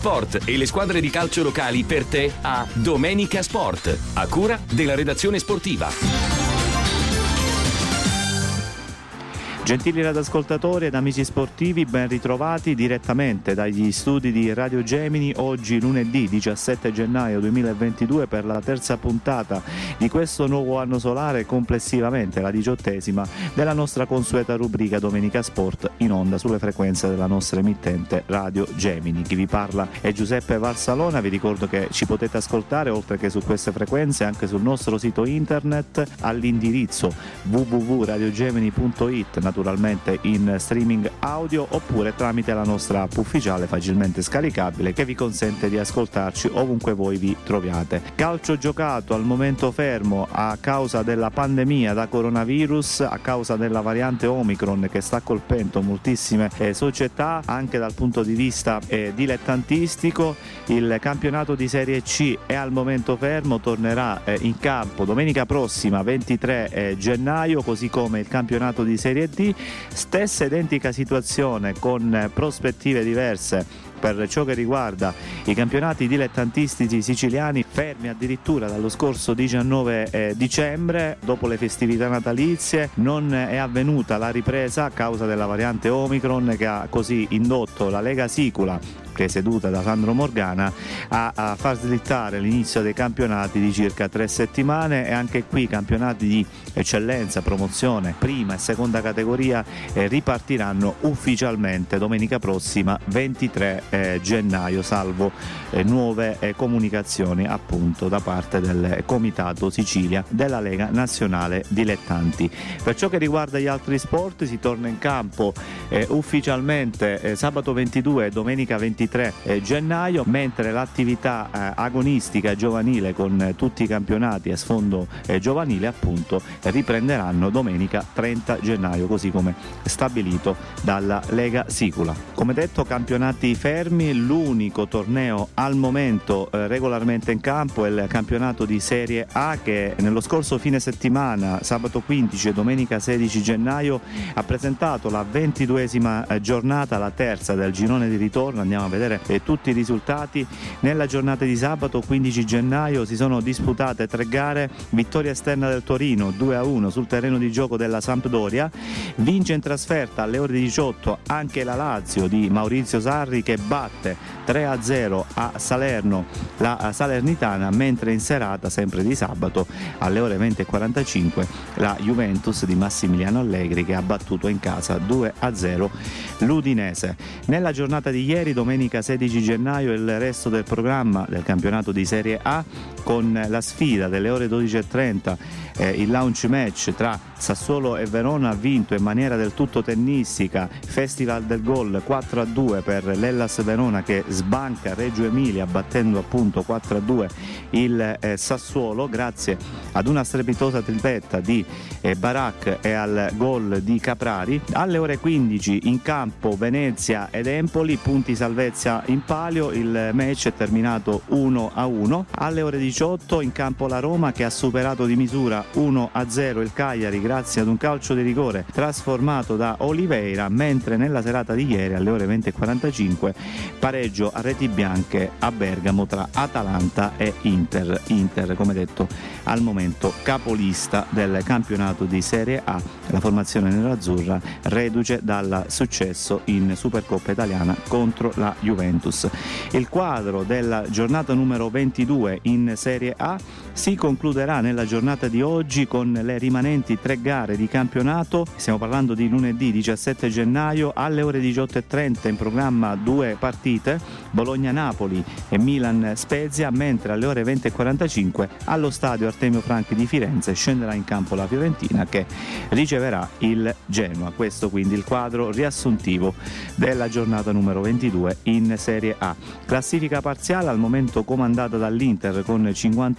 sport e le squadre di calcio locali per te a Domenica Sport, a cura della redazione sportiva. Gentili radioascoltatori ed amici sportivi, ben ritrovati direttamente dagli studi di Radio Gemini, oggi lunedì 17 gennaio 2022 per la terza puntata di questo nuovo anno solare, complessivamente la 18ª della nostra consueta rubrica Domenica Sport in onda sulle frequenze della nostra emittente Radio Gemini. Chi vi parla è Giuseppe Valsalona, vi ricordo che ci potete ascoltare oltre che su queste frequenze anche sul nostro sito internet all'indirizzo www.radiogemini.it, naturalmente in streaming audio, oppure tramite la nostra app ufficiale facilmente scaricabile che vi consente di ascoltarci ovunque voi vi troviate. Calcio giocato al momento fermo a causa della pandemia da coronavirus, a causa della variante Omicron che sta colpendo moltissime società anche dal punto di vista dilettantistico. Il campionato di Serie C è al momento fermo, tornerà in campo domenica prossima 23 gennaio, così come il campionato di Serie D. Stessa identica situazione con prospettive diverse per ciò che riguarda i campionati dilettantistici siciliani, fermi addirittura dallo scorso 19 dicembre. Dopo le festività natalizie non è avvenuta la ripresa a causa della variante Omicron, che ha così indotto la Lega Sicula, presieduta da Sandro Morgana, a far slittare l'inizio dei campionati di circa 3 settimane, e anche qui campionati di eccellenza, promozione, prima e seconda categoria ripartiranno ufficialmente domenica prossima 23 gennaio, salvo nuove comunicazioni appunto da parte del Comitato Sicilia della Lega Nazionale Dilettanti. Per ciò che riguarda gli altri sport, si torna in campo ufficialmente sabato 22 e domenica 23 gennaio, mentre l'attività agonistica giovanile con tutti i campionati a sfondo giovanile appunto riprenderanno domenica 30 gennaio, così come stabilito dalla Lega Sicula. Come detto, campionati fermi, l'unico torneo al momento regolarmente in campo è il campionato di Serie A, che nello scorso fine settimana, sabato 15 e domenica 16 gennaio, ha presentato la 22esima giornata, la terza del girone di ritorno. Andiamo a vedere tutti i risultati. Nella giornata di sabato 15 gennaio si sono disputate 3 gare: vittoria esterna del Torino 2-1 sul terreno di gioco della Sampdoria, vince in trasferta alle ore 18 anche la Lazio di Maurizio Sarri, che batte 3-0 a Salerno la Salernitana, mentre in serata, sempre di sabato, alle ore 20:45 la Juventus di Massimiliano Allegri, che ha battuto in casa 2-0 l'Udinese. Nella giornata di ieri, domenica 16 gennaio, il resto del programma del campionato di Serie A, con la sfida delle ore 12:30, il launch match tra Sassuolo e Verona, ha vinto in maniera del tutto tennistica, Festival del Gol 4-2 per l'Hellas Verona, che sbanca Reggio Emilia battendo appunto 4-2 il Sassuolo grazie ad una strepitosa tripletta di Barak e al gol di Caprari. Alle ore 15 in campo Venezia ed Empoli, punti salvezza in palio, il match è terminato 1-1. Alle ore 18 in campo la Roma, che ha superato di misura 1-0 il Cagliari grazie ad un calcio di rigore trasformato da Oliveira, mentre nella serata di ieri alle ore 20:45 pareggio a reti bianche a Bergamo tra Atalanta e Inter, come detto al momento capolista del campionato di Serie A, la formazione nerazzurra reduce dal successo in Supercoppa italiana contro la Juventus. Il quadro della giornata numero 22 in Serie A si concluderà nella giornata di oggi con le rimanenti 3 gare di campionato. Stiamo parlando di lunedì 17 gennaio, alle ore 18:30 in programma 2 partite, Bologna-Napoli e Milan-Spezia, mentre alle ore 20:45 allo stadio Artemio Franchi di Firenze scenderà in campo la Fiorentina, che riceverà il Genoa. Questo quindi il quadro riassuntivo della giornata numero 22 in Serie A. Classifica parziale al momento comandata dall'Inter con 50 punti,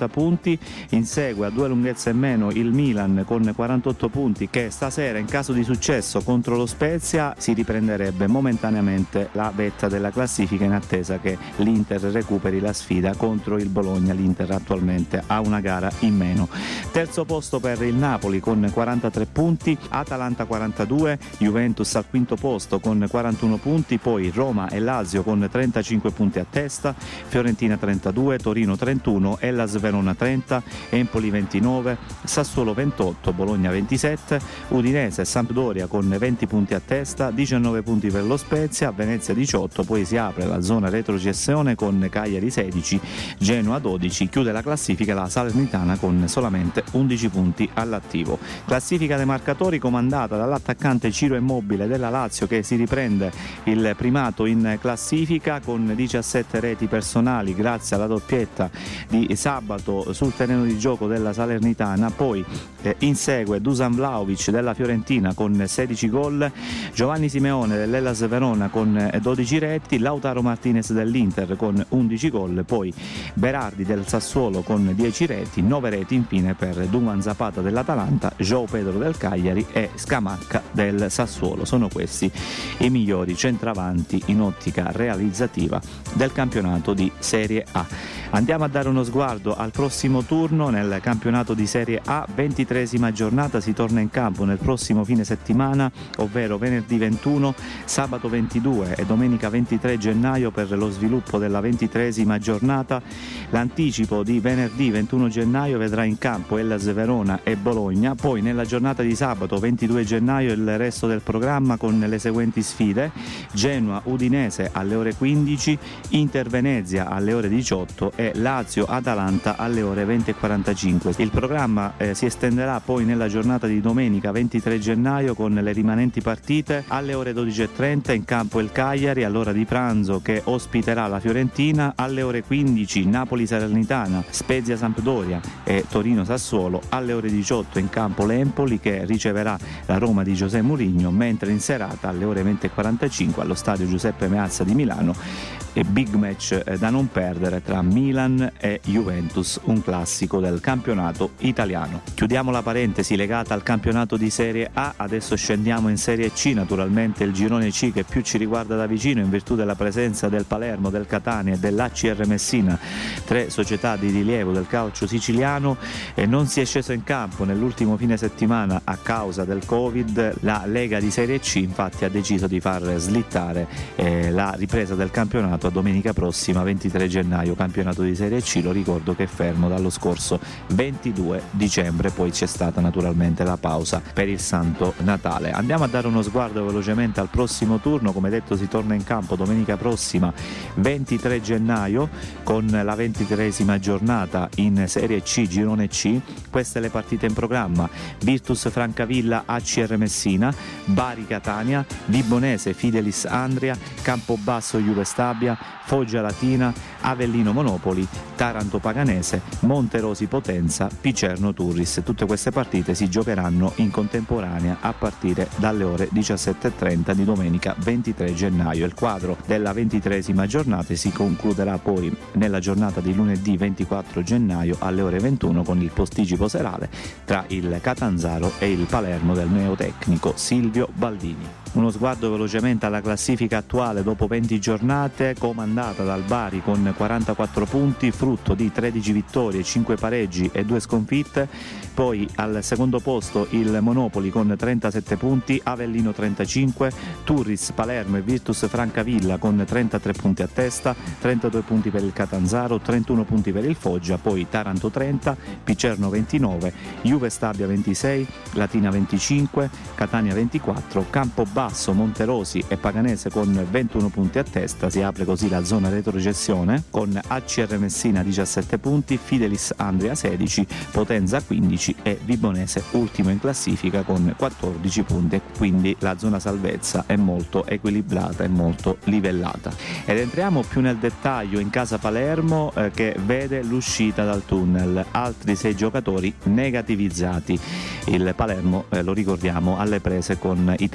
punti, insegue a 2 lunghezze in meno il Milan con 48 punti, che stasera in caso di successo contro lo Spezia si riprenderebbe momentaneamente la vetta della classifica in attesa che l'Inter recuperi la sfida contro il Bologna. L'Inter attualmente ha una gara in meno. Terzo posto per il Napoli con 43 punti, Atalanta 42, Juventus al quinto posto con 41 punti, poi Roma e Lazio con 35 punti a testa, Fiorentina 32, Torino 31, Hellas Verona 30, Empoli 29, Sassuolo 28, Bologna 27, Udinese e Sampdoria con 20 punti a testa, 19 punti per lo Spezia, Venezia 18, poi si apre la zona retrocessione con Cagliari 16, Genoa 12, chiude la classifica la Salernitana con solamente 11 punti all'attivo. Classifica dei marcatori comandata dall'attaccante Ciro Immobile della Lazio, che si riprende il primato in classifica con 17 reti personali grazie alla doppietta di sabato sul terreno di gioco della Salernitana. Poi insegue Dusan Vlahovic della Fiorentina con 16 gol, Giovanni Simeone dell'Hellas Verona con 12 reti, Lautaro Martinez dell'Inter con 11 gol, poi Berardi del Sassuolo con 10 reti, 9 reti infine per Duman Zapata dell'Atalanta, João Pedro del Cagliari e Scamacca del Sassuolo. Sono questi i migliori centravanti in ottica realizzativa del campionato di Serie A. Andiamo a dare uno sguardo al prossimo turno nel campionato di Serie A. 23esima giornata, si torna in campo nel prossimo fine settimana, ovvero venerdì 21, sabato 22 e domenica 23 gennaio per lo sviluppo della 23esima giornata. L'anticipo di venerdì 21 gennaio vedrà in campo Hellas Verona e Bologna, poi nella giornata di sabato 22 gennaio il resto del programma con le seguenti sfide: Genoa Udinese alle ore 15, Inter Venezia alle ore 18 e Lazio Atalanta alle ore 20:45. Il programma si estenderà poi nella giornata di domenica 23 gennaio con le rimanenti partite. Alle ore 12:30 in campo il Cagliari all'ora di pranzo, che ospiterà la Fiorentina. Alle ore 15 Napoli Salernitana, Spezia Sampdoria e Torino Sassuolo. Alle ore 18 in campo l'Empoli, che riceverà la Roma di José Mourinho, mentre in serata alle ore 20:45 allo stadio Giuseppe Meazza di Milano e big match da non perdere tra Milan e Juventus, un classico del campionato italiano. Chiudiamo la parentesi legata al campionato di Serie A, adesso scendiamo in Serie C, naturalmente il girone C che più ci riguarda da vicino in virtù della presenza del Palermo, del Catania e dell'ACR Messina, tre società di rilievo del calcio siciliano. E non si è sceso in campo nell'ultimo fine settimana a causa del Covid. La Lega di Serie C infatti ha deciso di far slittare la ripresa del campionato a domenica prossima 23 gennaio, campionato di Serie C, lo ricordo che è fermo dallo scorso 22 dicembre, poi c'è stata naturalmente la pausa per il Santo Natale. Andiamo a dare uno sguardo velocemente al prossimo turno. Come detto, si torna in campo domenica prossima 23 gennaio con la 23esima giornata in Serie C, girone C. Queste le partite in programma: Virtus Francavilla ACR Messina, Bari Catania, Vibonese Fidelis Andria, Campobasso Juve Stabia, Foggia Latina, Avellino Monopoli, Taranto Paganese, Monterosi Potenza, Picerno Turris. Tutte queste partite si giocheranno in contemporanea a partire dalle ore 17:30 di domenica 23 gennaio. Il quadro della 23esima giornata si concluderà poi nella giornata di lunedì 24 gennaio alle ore 21 con il posticipo serale tra il Catanzaro e il Palermo del neotecnico Silvio Baldini. Uno sguardo velocemente alla classifica attuale dopo 20 giornate, comandata dal Bari con 44 punti, frutto di 13 vittorie, 5 pareggi e 2 sconfitte. Poi al secondo posto il Monopoli con 37 punti, Avellino 35, Turris, Palermo e Virtus Francavilla con 33 punti a testa, 32 punti per il Catanzaro, 31 punti per il Foggia, poi Taranto 30, Picerno 29, Juve Stabia 26, Latina 25, Catania 24, Campobasso, Monterosi e Paganese con 21 punti a testa. Si apre così la zona retrocessione con ACR Messina 17 punti, Fidelis Andria 16, Potenza 15 e Vibonese ultimo in classifica con 14 punti. Quindi la zona salvezza è molto equilibrata e molto livellata. Ed entriamo più nel dettaglio in casa Palermo che vede l'uscita dal tunnel, altri 6 giocatori negativizzati. Il Palermo, lo ricordiamo, alle prese con i tanti calciatori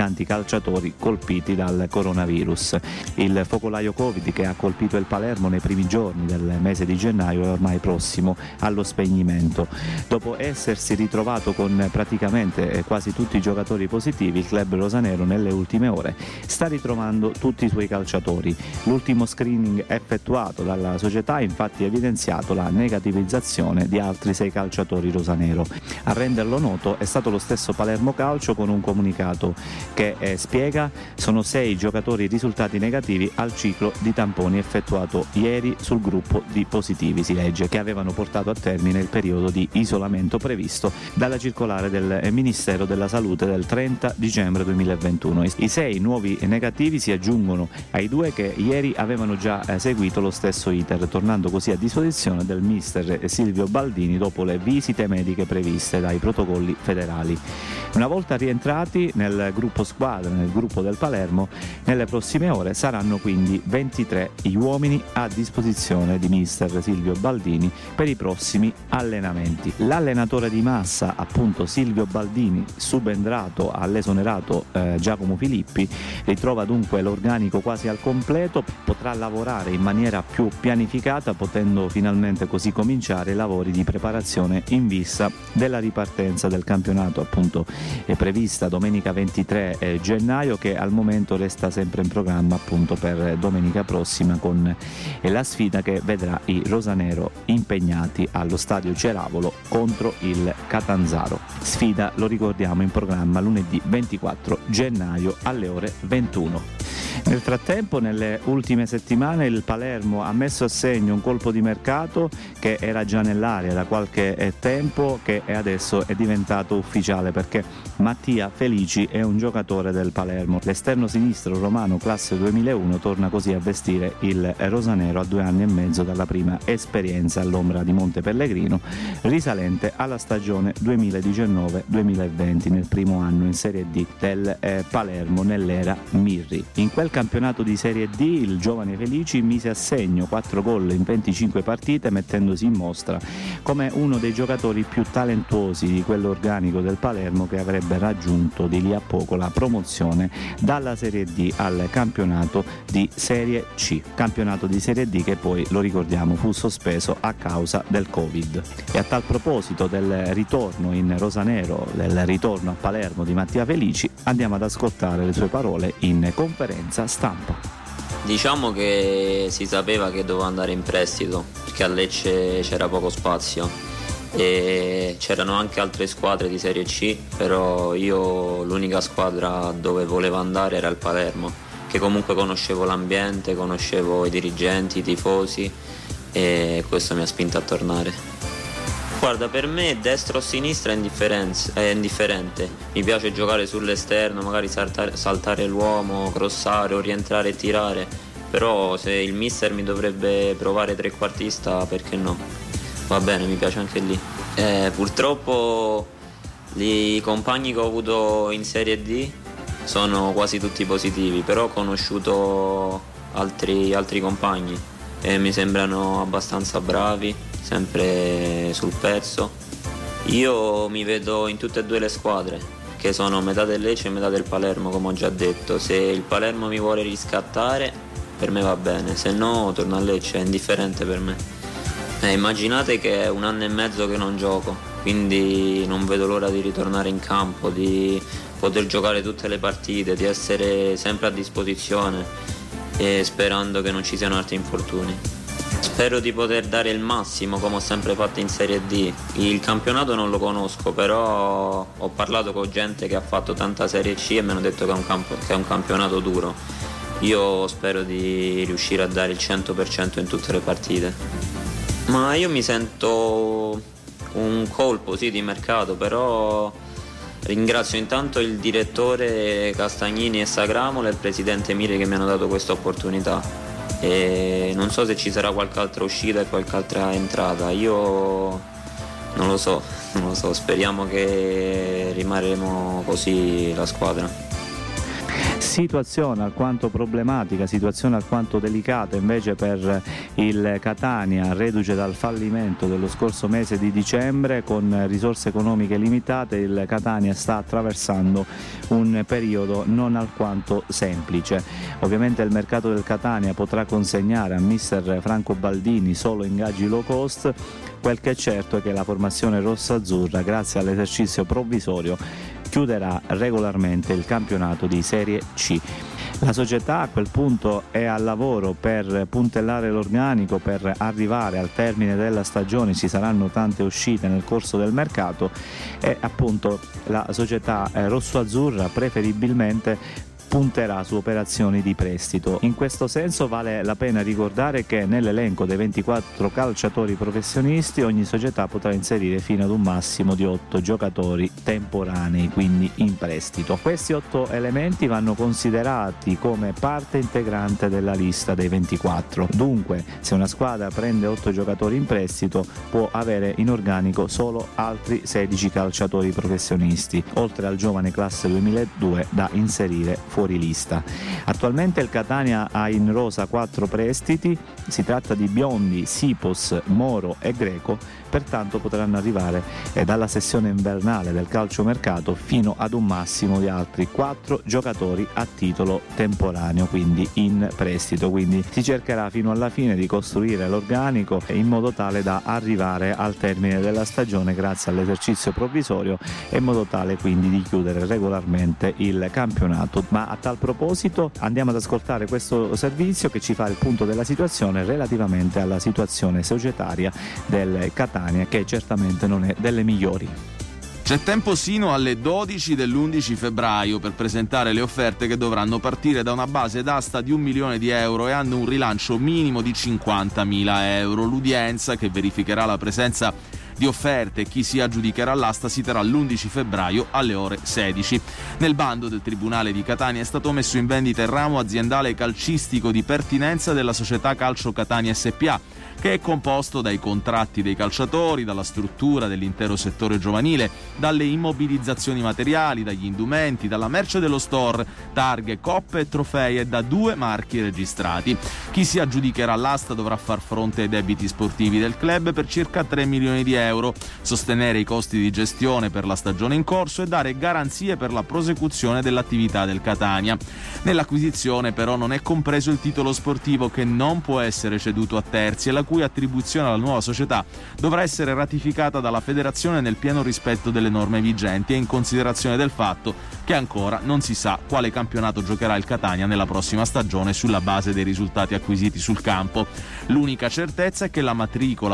calciatori colpiti dal coronavirus. Il focolaio Covid che ha colpito il Palermo nei primi giorni del mese di gennaio è ormai prossimo allo spegnimento. Dopo essersi ritrovato con praticamente quasi tutti i giocatori positivi, il club rosanero nelle ultime ore sta ritrovando tutti i suoi calciatori. L'ultimo screening effettuato dalla società ha infatti evidenziato la negativizzazione di altri 6 calciatori rosanero. A renderlo noto è stato lo stesso Palermo Calcio con un comunicato che spiega: sono 6 giocatori risultati negativi al ciclo di tamponi effettuato ieri sul gruppo di positivi, si legge, che avevano portato a termine il periodo di isolamento previsto dalla circolare del Ministero della Salute del 30 dicembre 2021. I 6 nuovi negativi si aggiungono ai 2 che ieri avevano già seguito lo stesso iter, tornando così a disposizione del mister Silvio Baldini dopo le visite mediche previste dai protocolli federali. Una volta rientrati nel gruppo squadra, nel gruppo del Palermo, nelle prossime ore saranno quindi 23 gli uomini a disposizione di mister Silvio Baldini per i prossimi allenamenti. L'allenatore di massa, appunto Silvio Baldini, subentrato all'esonerato Giacomo Filippi, ritrova dunque l'organico quasi al completo, potrà lavorare in maniera più pianificata, potendo finalmente così cominciare i lavori di preparazione in vista della ripartenza del campionato, appunto è prevista domenica 23 gennaio, che al momento resta sempre in programma appunto per domenica prossima, con la sfida che vedrà i rosanero impegnati allo stadio Ceravolo contro il Catanzaro. Sfida, lo ricordiamo, in programma lunedì 24 gennaio alle ore 21. Nel frattempo, nelle ultime settimane, il Palermo ha messo a segno un colpo di mercato che era già nell'aria da qualche tempo, che adesso è diventato ufficiale, perché Mattia Felici è un giocatore del Palermo. L'esterno sinistro romano classe 2001 torna così a vestire il rosanero a 2 anni e mezzo dalla prima esperienza all'ombra di Monte Pellegrino, risalente alla stagione 2019-2020, nel primo anno in Serie D del Palermo nell'era Mirri. In quel campionato di Serie D il giovane Felici mise a segno 4 gol in 25 partite, mettendosi in mostra come uno dei giocatori più talentuosi di quell'organico del Palermo, che avrebbe raggiunto di lì a poco la promozione dalla Serie D al campionato di Serie C, campionato di Serie D che poi, lo ricordiamo, fu sospeso a causa del Covid. E a tal proposito del ritorno in rosanero, del ritorno a Palermo di Mattia Felici, andiamo ad ascoltare le sue parole in conferenza stampa. Diciamo che si sapeva che doveva andare in prestito, perché a Lecce c'era poco spazio e c'erano anche altre squadre di Serie C, però io l'unica squadra dove volevo andare era il Palermo, che comunque conoscevo l'ambiente, conoscevo i dirigenti, i tifosi, e questo mi ha spinto a tornare. Guarda, per me destra o sinistra è indifferente, mi piace giocare sull'esterno, magari saltare l'uomo, crossare o rientrare e tirare, però se il mister mi dovrebbe provare trequartista, perché no? Va bene, mi piace anche lì. Purtroppo i compagni che ho avuto in Serie D sono quasi tutti positivi, però ho conosciuto altri compagni e mi sembrano abbastanza bravi, sempre sul pezzo. Io mi vedo in tutte e 2 le squadre, che sono metà del Lecce e metà del Palermo, come ho già detto. Se il Palermo mi vuole riscattare, per me va bene, se no torno a Lecce, è indifferente per me. Immaginate che è 1 anno e mezzo che non gioco, quindi non vedo l'ora di ritornare in campo, di poter giocare tutte le partite, di essere sempre a disposizione, e sperando che non ci siano altri infortuni. Spero di poter dare il massimo, come ho sempre fatto in Serie D. Il campionato non lo conosco, però ho parlato con gente che ha fatto tanta Serie C e mi hanno detto che è un campionato duro. Io spero di riuscire a dare il 100% in tutte le partite. Ma io mi sento un colpo, sì, di mercato, però ringrazio intanto il direttore Castagnini e Sagramolo e il presidente Miri che mi hanno dato questa opportunità. E non so se ci sarà qualche altra uscita e qualche altra entrata, io non lo so, speriamo che rimarremo così la squadra. Situazione alquanto problematica, situazione alquanto delicata invece per il Catania, reduce dal fallimento dello scorso mese di dicembre. Con risorse economiche limitate il Catania sta attraversando un periodo non alquanto semplice. Ovviamente il mercato del Catania potrà consegnare a mister Franco Baldini solo ingaggi low cost. Quel che è certo è che la formazione rossa-azzurra, grazie all'esercizio provvisorio, chiuderà regolarmente il campionato di Serie C. La società a quel punto è al lavoro per puntellare l'organico, per arrivare al termine della stagione. Ci saranno tante uscite nel corso del mercato e appunto la società rosso-azzurra preferibilmente punterà su operazioni di prestito. In questo senso vale la pena ricordare che nell'elenco dei 24 calciatori professionisti ogni società potrà inserire fino ad un massimo di 8 giocatori temporanei, quindi in prestito. Questi 8 elementi vanno considerati come parte integrante della lista dei 24. Dunque, se una squadra prende 8 giocatori in prestito, può avere in organico solo altri 16 calciatori professionisti, oltre al giovane classe 2002 da inserire fuori lista. Attualmente il Catania ha in rosa 4 prestiti, si tratta di Biondi, Sipos, Moro e Greco, pertanto potranno arrivare dalla sessione invernale del calciomercato fino ad un massimo di altri 4 giocatori a titolo temporaneo, quindi in prestito. Quindi si cercherà fino alla fine di costruire l'organico in modo tale da arrivare al termine della stagione grazie all'esercizio provvisorio e in modo tale quindi di chiudere regolarmente il campionato. Ma a tal proposito andiamo ad ascoltare questo servizio che ci fa il punto della situazione relativamente alla situazione societaria del Catania, che certamente non è delle migliori. C'è tempo sino alle 12 dell'11 febbraio per presentare le offerte che dovranno partire da una base d'asta di 1 milione di euro e hanno un rilancio minimo di 50.000 euro. L'udienza che verificherà la presenza di offerte e chi si aggiudicherà l'asta si terrà l'11 febbraio alle ore 16. Nel bando del Tribunale di Catania è stato messo in vendita il ramo aziendale calcistico di pertinenza della società Calcio Catania SPA, che è composto dai contratti dei calciatori, dalla struttura dell'intero settore giovanile, dalle immobilizzazioni materiali, dagli indumenti, dalla merce dello store, targhe, coppe e trofei e da 2 marchi registrati. Chi si aggiudicherà l'asta dovrà far fronte ai debiti sportivi del club per circa 3 milioni di euro, sostenere i costi di gestione per la stagione in corso e dare garanzie per la prosecuzione dell'attività del Catania. Nell'acquisizione però non è compreso il titolo sportivo, che non può essere ceduto a terzi e la cui attribuzione alla nuova società dovrà essere ratificata dalla federazione nel pieno rispetto delle norme vigenti e in considerazione del fatto che ancora non si sa quale campionato giocherà il Catania nella prossima stagione sulla base dei risultati acquisiti sul campo. L'unica certezza è che la matricola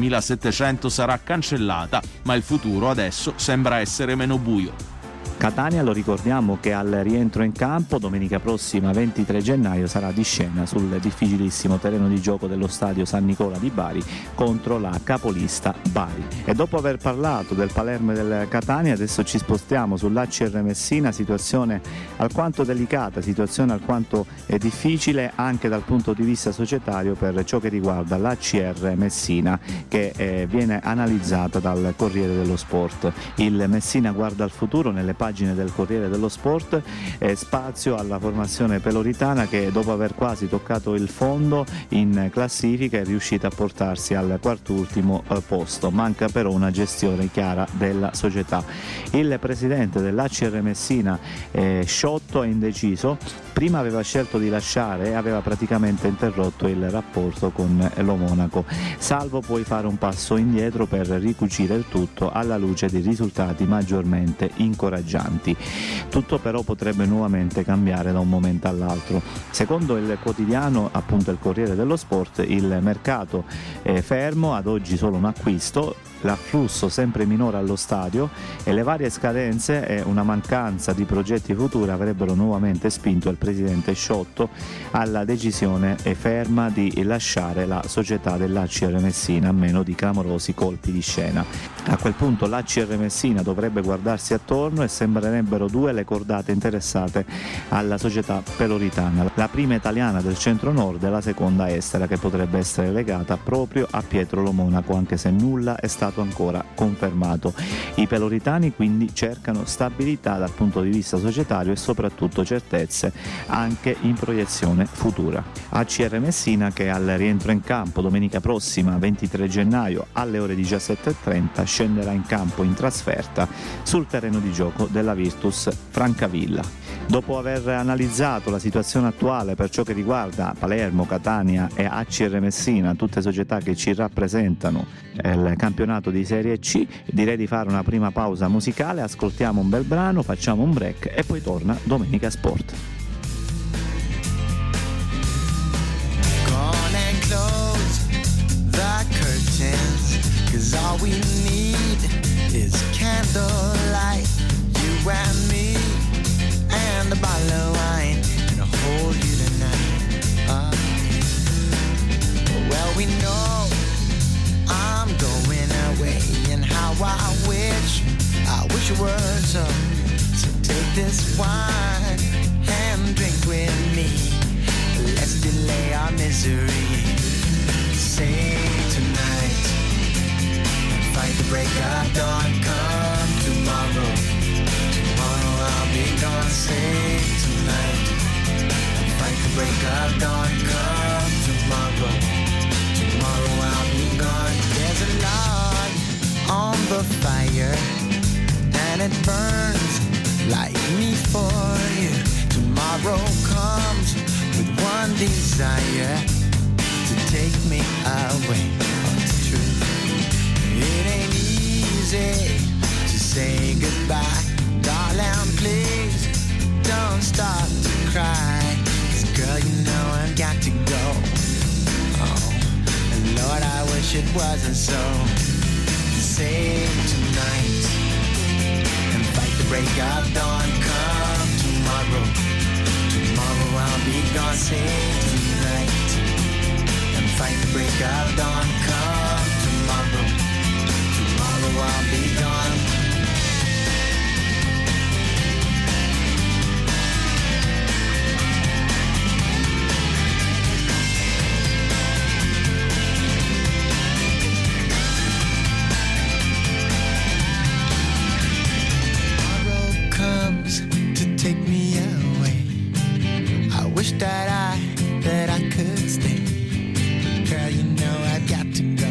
11.700 sarà cancellata, ma il futuro adesso sembra essere meno buio. Catania, lo ricordiamo, che al rientro in campo domenica prossima 23 gennaio sarà di scena sul difficilissimo terreno di gioco dello stadio San Nicola di Bari contro la capolista Bari. E dopo aver parlato del Palermo e del Catania, adesso ci spostiamo sull'ACR Messina, situazione alquanto delicata, situazione alquanto difficile anche dal punto di vista societario per ciò che riguarda l'ACR Messina, che viene analizzata dal Corriere dello Sport. Il Messina guarda al futuro nelle pagine del Corriere dello Sport, spazio alla formazione peloritana che dopo aver quasi toccato il fondo in classifica è riuscita a portarsi al quartultimo posto. Manca però una gestione chiara della società. Il presidente dell'ACR Messina, sciotto e indeciso, prima aveva scelto di lasciare e aveva praticamente interrotto il rapporto con lo Monaco, salvo poi fare un passo indietro per ricucire il tutto alla luce di risultati maggiormente incoraggianti. Tutto però potrebbe nuovamente cambiare da un momento all'altro. Secondo il quotidiano, appunto il Corriere dello Sport, il mercato è fermo, ad oggi solo un acquisto, l'afflusso sempre minore allo stadio e le varie scadenze e una mancanza di progetti futuri avrebbero nuovamente spinto il presidente sciotto alla decisione ferma di lasciare la società dell'ACR Messina a meno di clamorosi colpi di scena. A quel punto l'ACR Messina dovrebbe guardarsi attorno e sembrerebbero due le cordate interessate alla società peloritana, la prima italiana del centro-nord e la seconda estera, che potrebbe essere legata proprio a Pietro Lo Monaco, anche se nulla è stato ancora confermato. I peloritani quindi cercano stabilità dal punto di vista societario e soprattutto certezze anche in proiezione futura. ACR Messina che al rientro in campo domenica prossima 23 gennaio alle ore 17:30 scenderà in campo in trasferta sul terreno di gioco della Virtus Francavilla. Dopo aver analizzato la situazione attuale per ciò che riguarda Palermo, Catania e ACR Messina, tutte società che ci rappresentano il campionato di Serie C, direi di fare una prima pausa musicale, ascoltiamo un bel brano, facciamo un break e poi torna Domenica Sport. All we need is candlelight, you and me, and a bottle of wine, and I'll hold you tonight. Well, we know I'm going away, and how I wish it were so. So take this wine and drink with me. Let's delay our misery. Say tonight. Fight the break of dawn, come tomorrow. Tomorrow I'll be gone, say tonight. Fight the break of dawn, come tomorrow. Tomorrow I'll be gone. There's a log on the fire, and it burns like me for you. Tomorrow comes with one desire, to take me away. Oh, it's true. It ain't easy to say goodbye. Darling, please don't start to cry. 'Cause girl, you know I've got to go. Oh, and Lord, I wish it wasn't so. Save tonight and fight the break of dawn. Come tomorrow. Tomorrow I'll be gone. Save tonight and fight the break of dawn. Come tomorrow. I'll be gone. Tomorrow comes to take me away. I wish that I could stay. Girl, you know I've got to go.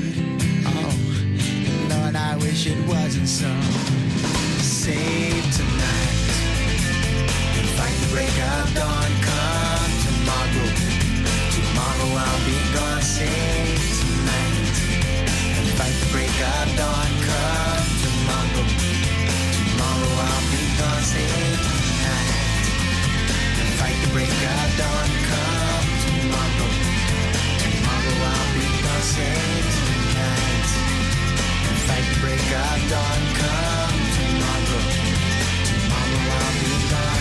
I wish it wasn't so. Save tonight and fight the break of dawn. Come tomorrow. Tomorrow I'll be gone. Save tonight and fight the break of dawn. Come tomorrow. Tomorrow I'll be gone. Save tonight and fight the break of dawn. Come tomorrow. Tomorrow I'll be gone. Save tonight. Fight the break of dawn, come tomorrow. Tomorrow I'll be gone.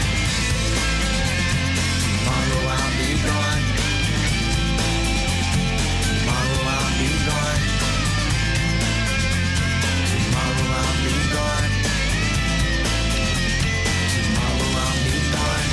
Tomorrow I'll be gone. Tomorrow I'll be gone. Tomorrow I'll be gone. Tomorrow I'll be gone.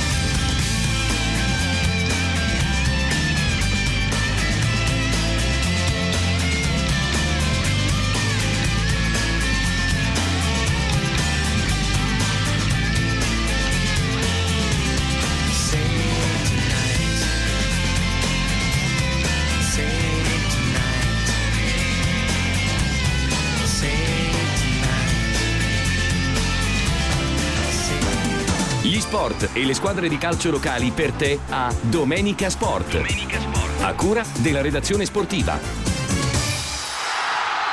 Gli sport e le squadre di calcio locali per te a Domenica Sport. A cura della redazione sportiva.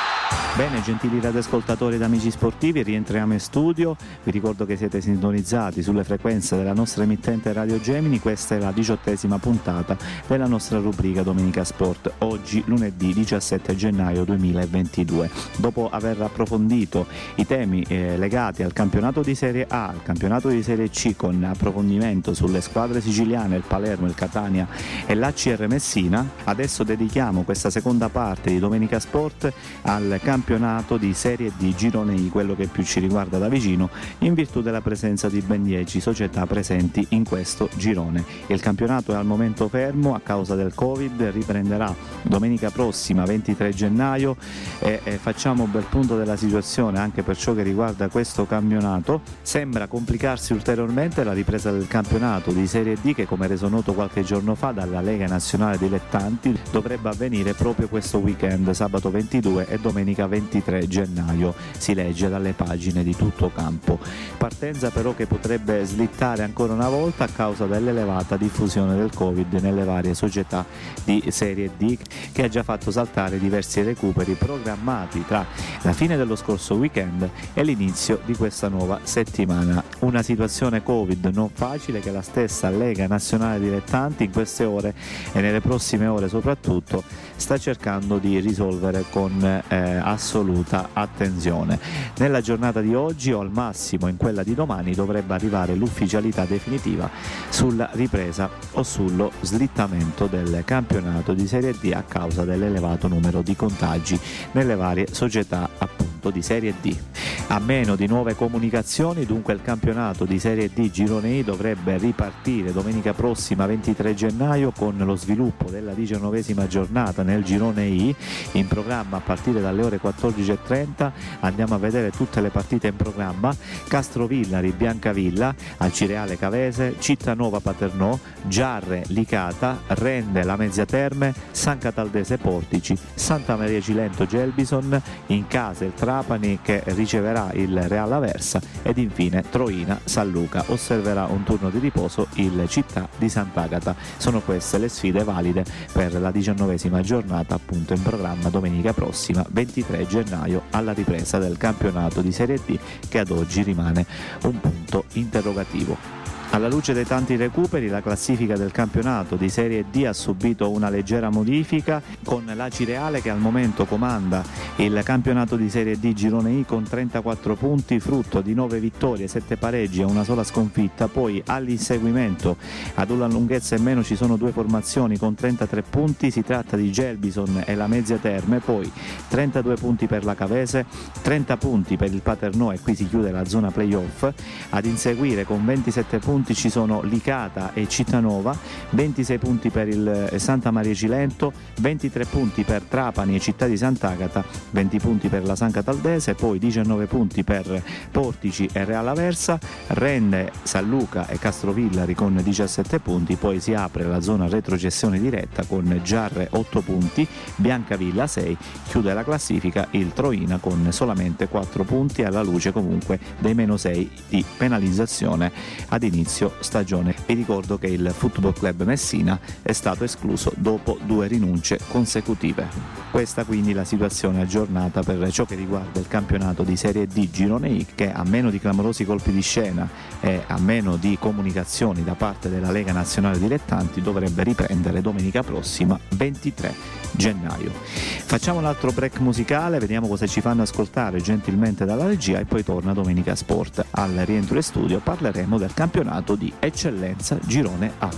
Bene, gentili radioascoltatori ed amici sportivi, rientriamo in studio. Vi ricordo che siete sintonizzati sulle frequenze della nostra emittente Radio Gemini. Questa è la 18ª puntata della nostra rubrica Domenica Sport, oggi lunedì 17 gennaio 2022. Dopo aver approfondito i temi legati al campionato di Serie A, al campionato di Serie C, con approfondimento sulle squadre siciliane, il Palermo, il Catania e l'ACR Messina, adesso dedichiamo questa seconda parte di Domenica Sport al campionato di Serie D Girone I, quello che più ci riguarda da vicino, in virtù della presenza di ben 10 società presenti in questo girone. Il campionato è al momento fermo a causa del Covid, riprenderà domenica prossima 23 gennaio e facciamo un bel punto della situazione anche per ciò che riguarda questo campionato. Sembra complicarsi ulteriormente la ripresa del campionato di Serie D che, come reso noto qualche giorno fa dalla Lega Nazionale Dilettanti, dovrebbe avvenire proprio questo weekend, sabato 22 e domenica 23 gennaio, si legge dalle pagine di Tutto Campo. Partenza però che potrebbe slittare ancora una volta a causa dell'elevata diffusione del Covid nelle varie società di Serie D, che ha già fatto saltare diversi recuperi programmati tra la fine dello scorso weekend e l'inizio di questa nuova settimana. Una situazione Covid non facile che la stessa Lega Nazionale Dilettanti in queste ore e nelle prossime ore soprattutto sta cercando di risolvere con assoluta attenzione. Nella giornata di oggi o al massimo in quella di domani dovrebbe arrivare l'ufficialità definitiva sulla ripresa o sullo slittamento del campionato di Serie D a causa dell'elevato numero di contagi nelle varie società appunto di Serie D. A meno di nuove comunicazioni, dunque, il campionato di Serie D Girone I dovrebbe ripartire domenica prossima 23 gennaio con lo sviluppo della 19ª giornata nel Girone I, in programma a partire dalle ore 14:30. Andiamo a vedere tutte le partite in programma: Castrovillari Biancavilla, Alcireale Cavese, Cittanova Paternò, Giarre Licata, Rende Lamezia Terme, San Cataldese Portici, Santa Maria Cilento Gelbison, in casa il Trapani che riceverà il Real Aversa ed infine Troina San Luca osserverà un turno di riposo il Città di Sant'Agata. Sono queste le sfide valide per la 19ª giornata appunto in programma domenica prossima 23 gennaio alla ripresa del campionato di Serie D, che ad oggi rimane un punto interrogativo. Alla luce dei tanti recuperi, la classifica del campionato di Serie D ha subito una leggera modifica, con l'Acireale che al momento comanda il campionato di Serie D Girone I con 34 punti, frutto di 9 vittorie, 7 pareggi e una sola sconfitta. Poi all'inseguimento, ad una lunghezza in meno, ci sono due formazioni con 33 punti, si tratta di Gelbison e Lamezia Terme. Poi 32 punti per la Cavese, 30 punti per il Paternò e qui si chiude la zona playoff. Ad inseguire con 27 punti ci sono Licata e Cittanova, 26 punti per il Santa Maria Cilento, 23 punti per Trapani e Città di Sant'Agata, 20 punti per la San Cataldese, poi 19 punti per Portici e Real Aversa, Rende, San Luca e Castrovillari con 17 punti. Poi si apre la zona retrocessione diretta con Giarre 8 punti, Biancavilla 6, chiude la classifica il Troina con solamente 4 punti, alla luce comunque dei meno 6 di penalizzazione ad inizio stagione. Vi ricordo che il Football Club Messina è stato escluso dopo 2 rinunce consecutive. Questa quindi la situazione aggiornata per ciò che riguarda il campionato di Serie D Girone I, che a meno di clamorosi colpi di scena e a meno di comunicazioni da parte della Lega Nazionale Dilettanti dovrebbe riprendere domenica prossima 23 gennaio. Facciamo un altro break musicale, vediamo cosa ci fanno ascoltare gentilmente dalla regia e poi torna Domenica Sport. Al rientro in studio parleremo del campionato di Eccellenza Girone A.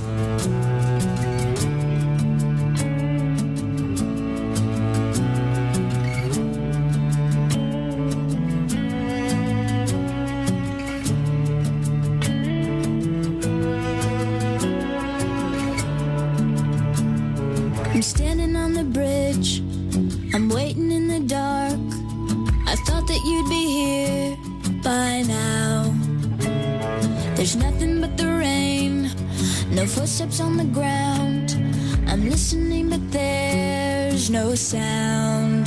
I'm standing on the bridge, I'm waiting in the dark. I thought that you'd be here by now. There's nothing but the rain, no footsteps on the ground. I'm listening but there's no sound.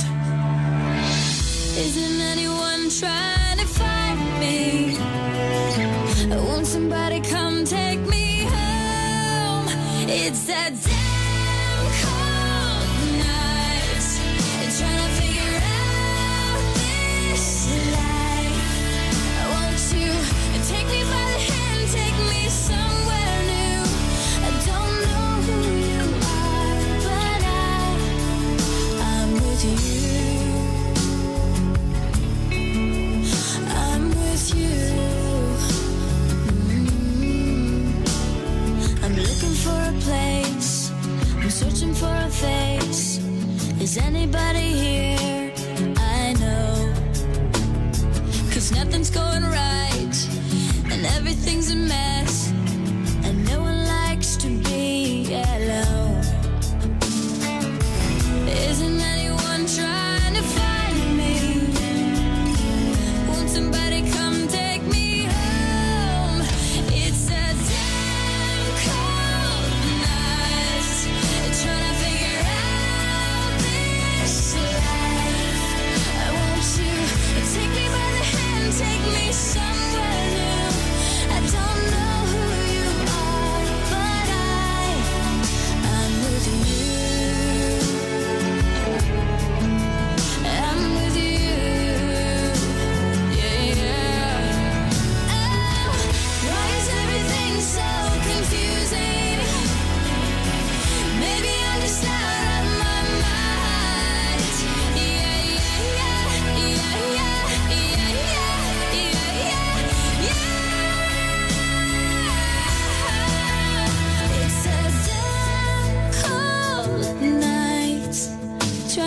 Isn't anyone trying to find me? Won't somebody come take me home? It's that damn cold night, trying to figure out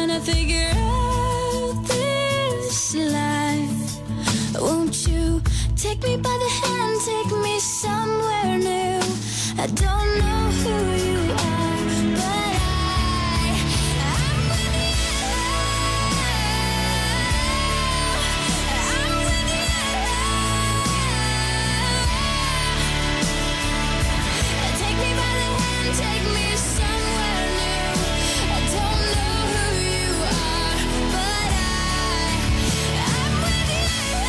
trying to figure out this life. Won't you take me by the hand, take me somewhere new? I don't know who you are, but I'm with you. I'm with you. Take me by the hand, take me somewhere new. I don't know who you are, but I'm with you.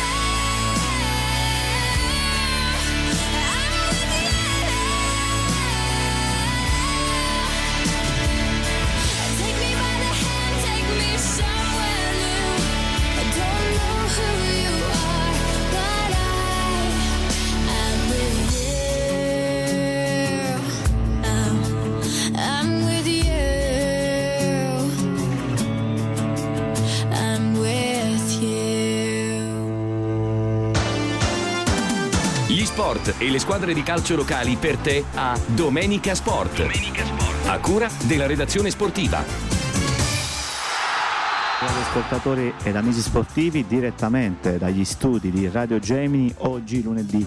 Take me by the hand, take me somewhere new. I don't know who you are, but I'm with you. I'm with you. I'm with you. Gli sport e le squadre di calcio locali per te a Domenica Sport. A cura della redazione sportiva. Ascoltatori ed amici sportivi, direttamente dagli studi di Radio Gemini, oggi lunedì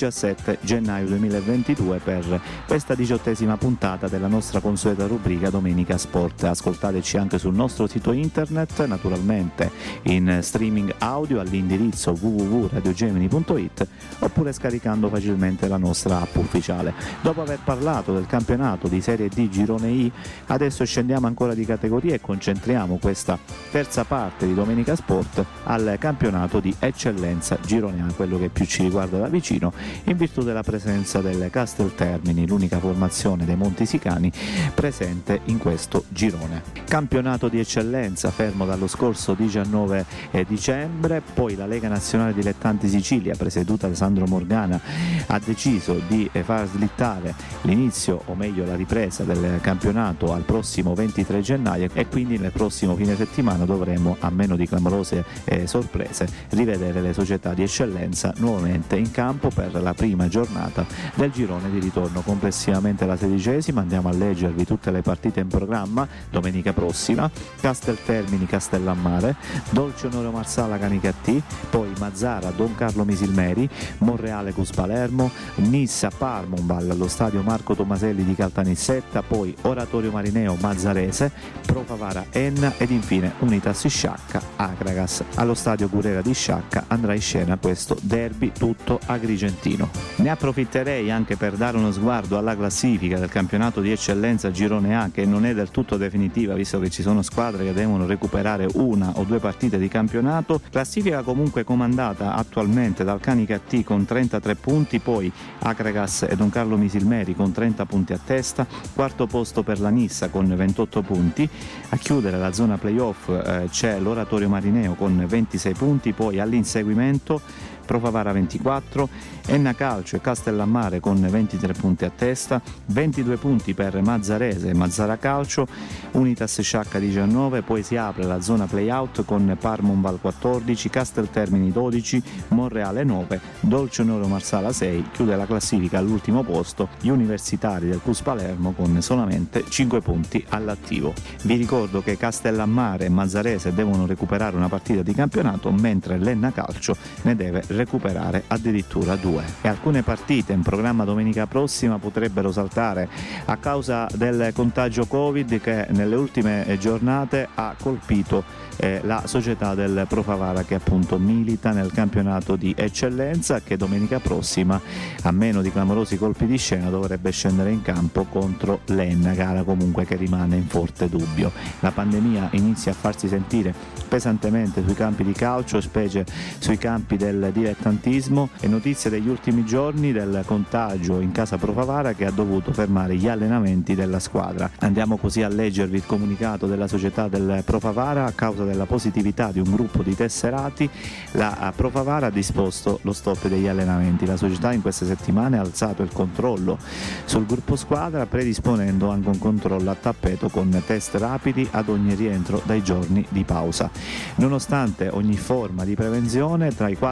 17 gennaio 2022 per questa 18ª puntata della nostra consueta rubrica Domenica Sport. Ascoltateci anche sul nostro sito internet, naturalmente in streaming audio all'indirizzo www.radiogemini.it oppure scaricando facilmente la nostra app ufficiale. Dopo aver parlato del campionato di Serie D Girone I, adesso scendiamo ancora di categoria e concentriamo questa terza parte di Domenica Sport al campionato di eccellenza Girone A, quello che più ci riguarda da vicino, in virtù della presenza del Casteltermini, l'unica formazione dei Montisicani presente in questo girone. Campionato di eccellenza fermo dallo scorso 19 dicembre, poi la Lega Nazionale Dilettanti Sicilia, presieduta da Sandro Morgana, ha deciso di far slittare l'inizio, o meglio la ripresa del campionato al prossimo 23 gennaio e quindi nel prossimo fine settimana dovremo, a meno di clamorose sorprese, rivedere le società di eccellenza nuovamente in campo per la prima giornata del girone di ritorno, complessivamente la 16ª. Andiamo a leggervi tutte le partite in programma domenica prossima: Casteltermini Castellammare, Dolce Onorio Marsala Canicattì, poi Mazzara Don Carlo Misilmeri, Monreale Cus Palermo, Nissa Parmonval allo stadio Marco Tomaselli di Caltanissetta, poi Oratorio Marineo Mazzarese, Pro Favara Enna ed infine Unitas Sciacca Acragas. Allo stadio Curera di Sciacca andrà in scena questo derby tutto agrigentino. Ne approfitterei anche per dare uno sguardo alla classifica del campionato di eccellenza Girone A, che non è del tutto definitiva, visto che ci sono squadre che devono recuperare una o due partite di campionato. Classifica comunque comandata attualmente dal Canicattì con 33 punti, poi Acragas e Don Carlo Misilmeri con 30 punti a testa, quarto posto per la Nissa con 28 punti, a chiudere la zona playoff c'è l'Oratorio Marineo con 26 punti, poi all'inseguimento Pro Favara 24, Enna Calcio e Castellammare con 23 punti a testa, 22 punti per Mazzarese e Mazzara Calcio, Unitas Sciacca 19, poi si apre la zona playout con Parmonval 14, Casteltermini 12, Monreale 9, Dolce Onorio Marsala 6, chiude la classifica all'ultimo posto gli universitari del Cus Palermo con solamente 5 punti all'attivo. Vi ricordo che Castellammare e Mazzarese devono recuperare una partita di campionato, mentre l'Enna Calcio ne deve recuperare addirittura 2. E alcune partite in programma domenica prossima potrebbero saltare a causa del contagio Covid che nelle ultime giornate ha colpito la società del Pro Favara, che appunto milita nel campionato di eccellenza, che domenica prossima, a meno di clamorosi colpi di scena, dovrebbe scendere in campo contro l'Enna, gara comunque che rimane in forte dubbio. La pandemia inizia a farsi sentire pesantemente sui campi di calcio, specie sui campi del dilettantismo, e notizie degli ultimi giorni del contagio in casa Pro Favara, che ha dovuto fermare gli allenamenti della squadra. Andiamo così a leggervi il comunicato della società del Pro Favara. A causa della positività di un gruppo di tesserati, la Pro Favara ha disposto lo stop degli allenamenti. La società in queste settimane ha alzato il controllo sul gruppo squadra, predisponendo anche un controllo a tappeto con test rapidi ad ogni rientro dai giorni di pausa. Nonostante ogni forma di prevenzione, tra i quasi 1000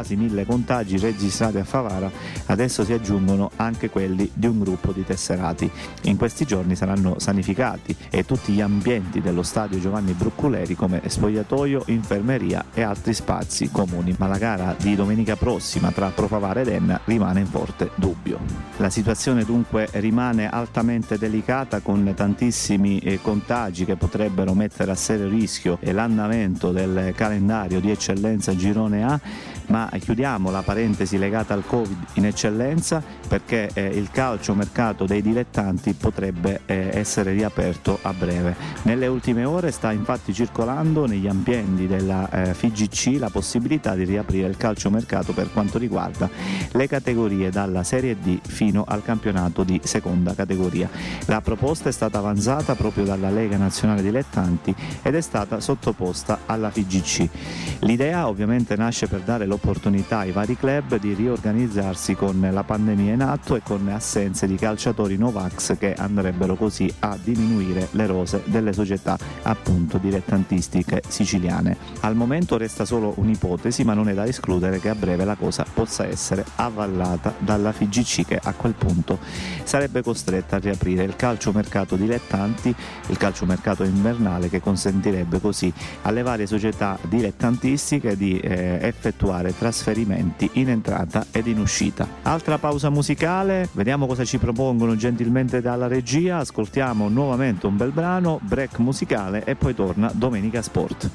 contagi registrati a Favara adesso si aggiungono anche quelli di un gruppo di tesserati. In questi giorni saranno sanificati e tutti gli ambienti dello stadio Giovanni Brucculeri come spogliatoio, infermeria e altri spazi comuni, ma la gara di domenica prossima tra Pro Favara ed Enna rimane in forte dubbio. La situazione dunque rimane altamente delicata, con tantissimi contagi che potrebbero mettere a serio rischio l'andamento del calendario di eccellenza girone A, ma chiudiamo la parentesi legata al Covid in eccellenza perché il calciomercato dei dilettanti potrebbe essere riaperto a breve. Nelle ultime ore sta infatti circolando negli ambienti della FIGC la possibilità di riaprire il calciomercato per quanto riguarda le categorie dalla Serie D fino al campionato di seconda categoria. La proposta è stata avanzata proprio dalla Lega Nazionale Dilettanti ed è stata sottoposta alla FIGC. L'idea ovviamente nasce per dare l'opportunità ai vari club di riorganizzarsi con la pandemia in atto e con assenze di calciatori Novax che andrebbero così a diminuire le rose delle società appunto dilettantistiche siciliane. Al momento resta solo un'ipotesi, ma non è da escludere che a breve la cosa possa essere avvallata dalla FIGC, che a quel punto sarebbe costretta a riaprire il calciomercato dilettanti, il calciomercato invernale, che consentirebbe così alle varie società dilettantistiche di effettuare trasferimenti in entrata ed in uscita. Altra pausa musicale, vediamo cosa ci propongono gentilmente dalla regia, ascoltiamo nuovamente un bel brano, break musicale e poi torna Domenica Sport.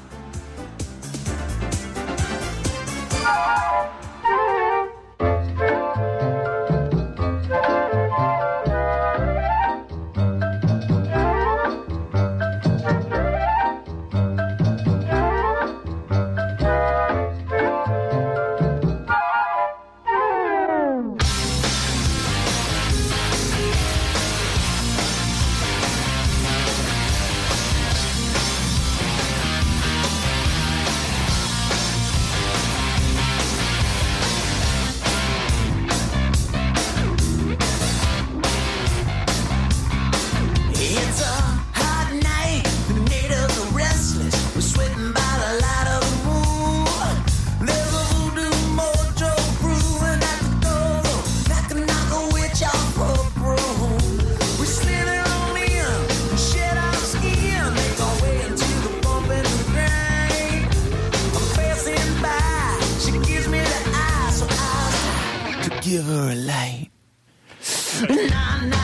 Give her a light. Nah, nah.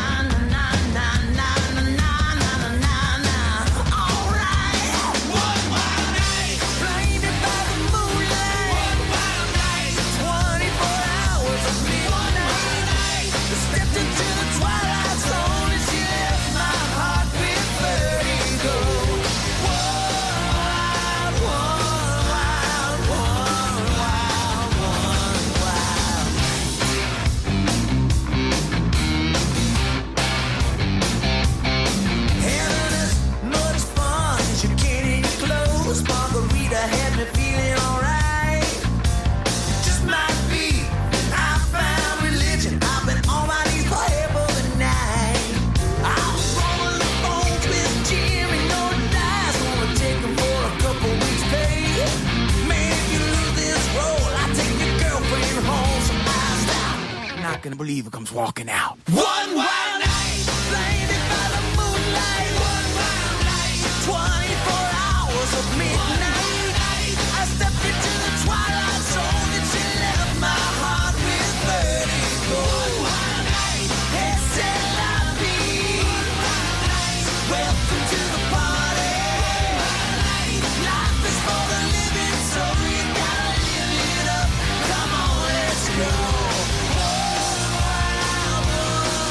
Gonna believe it comes walking out. One wild night, blinded by the moonlight. One wild night, 24 hours of midnight. I stepped into the twilight zone and she left my heart with vertigo. One wild night, c'est la vie. Welcome to the party. Life is for the living, so you gotta live it up. Come on, let's go.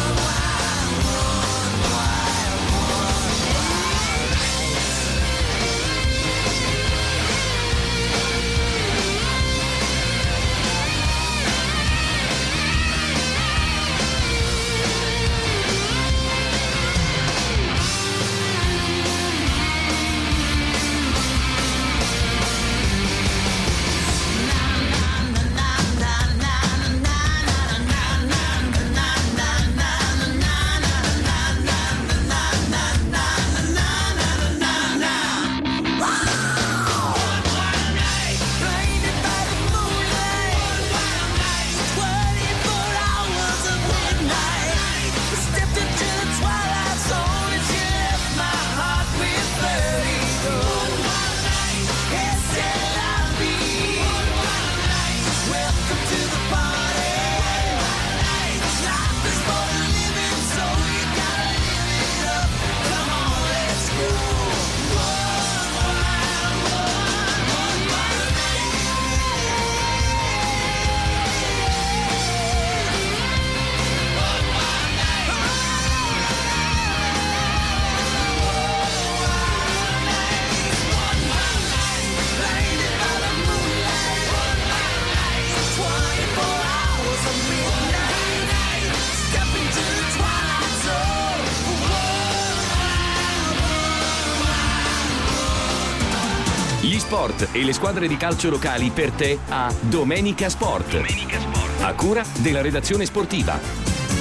Sport e le squadre di calcio locali per te a Domenica Sport. A cura della redazione sportiva.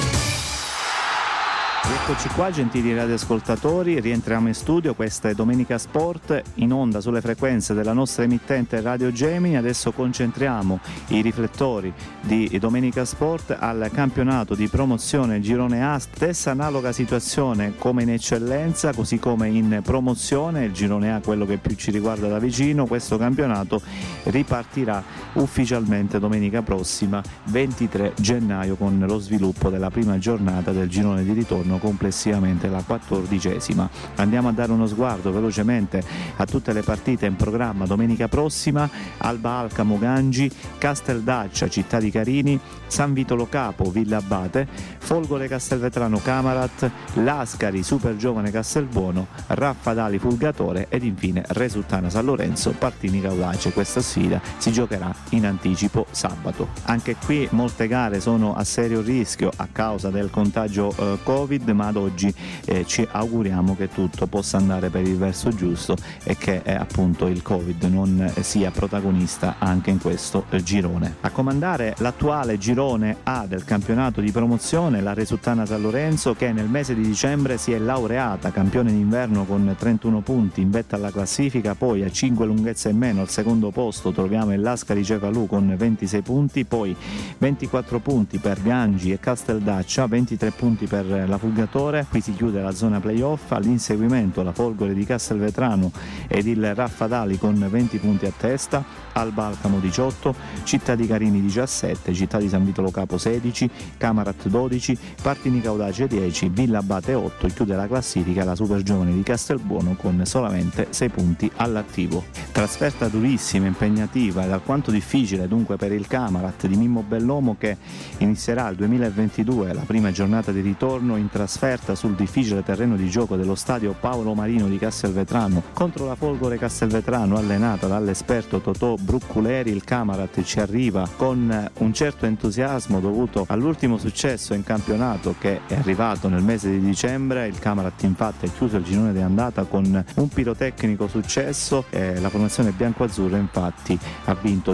Eccoci qua, gentili radioascoltatori, rientriamo in studio. Questa è Domenica Sport, in onda sulle frequenze della nostra emittente Radio Gemini. Adesso concentriamo i riflettori di Domenica Sport al campionato di promozione Girone A. Stessa analoga situazione come in eccellenza, così come in promozione. Il Girone A, quello che più ci riguarda da vicino, questo campionato ripartirà ufficialmente domenica prossima, 23 gennaio, con lo sviluppo della prima giornata del girone di ritorno, complessivamente la 14ª. Andiamo a dare uno sguardo velocemente a tutte le partite in programma domenica prossima. Alba Alcamo Gangi, Casteldaccia Città di Carini, San Vito Lo Capo Villa Abate, Folgore Castelvetrano Camarat, Lascari Super Giovane Castelbuono, Raffadali Fulgatore ed infine Resultana San Lorenzo Partini Caudace. Questa sfida si giocherà in anticipo sabato. Anche qui molte gare sono a serio rischio a causa del contagio Covid, ma ad oggi ci auguriamo che tutto possa andare per il verso giusto e che appunto il Covid non sia protagonista anche in questo girone. A comandare l'attuale girone A del campionato di promozione la Resultana San Lorenzo, che nel mese di dicembre si è laureata campione d'inverno con 31 punti in vetta alla classifica. Poi a 5 lunghezze in meno al secondo posto troviamo il Lascari Cefalù con 26 punti, poi 24 punti per Gangi e Casteldaccia, 23 punti per la Fulgatore. Qui si chiude la zona playoff. All'inseguimento la Folgore di Castelvetrano ed il Raffadali con 20 punti a testa, Alba Alcamo 18, Città di Carini 17, Città di San Vito Lo Capo 16, Camarat 12, Partini Caudace 10, Villa Abate 8. Chiude la classifica la Super Giovane di Castelbuono con solamente 6 punti all'attivo. Trasferta durissima, impegnativa ed alquanto difficile dunque per il Camarat di Mimmo Bellomo, che inizierà il 2022 la prima giornata di ritorno in trasferta sul difficile terreno di gioco dello stadio Paolo Marino di Castelvetrano contro la Folgore Castelvetrano allenata dall'esperto Totò Brucculeri. Il Camarat ci arriva con un certo entusiasmo dovuto all'ultimo successo in campionato che è arrivato nel mese di dicembre. Il Camarat infatti ha chiuso il girone di andata con un pirotecnico successo. La formazione biancoazzurra infatti ha vinto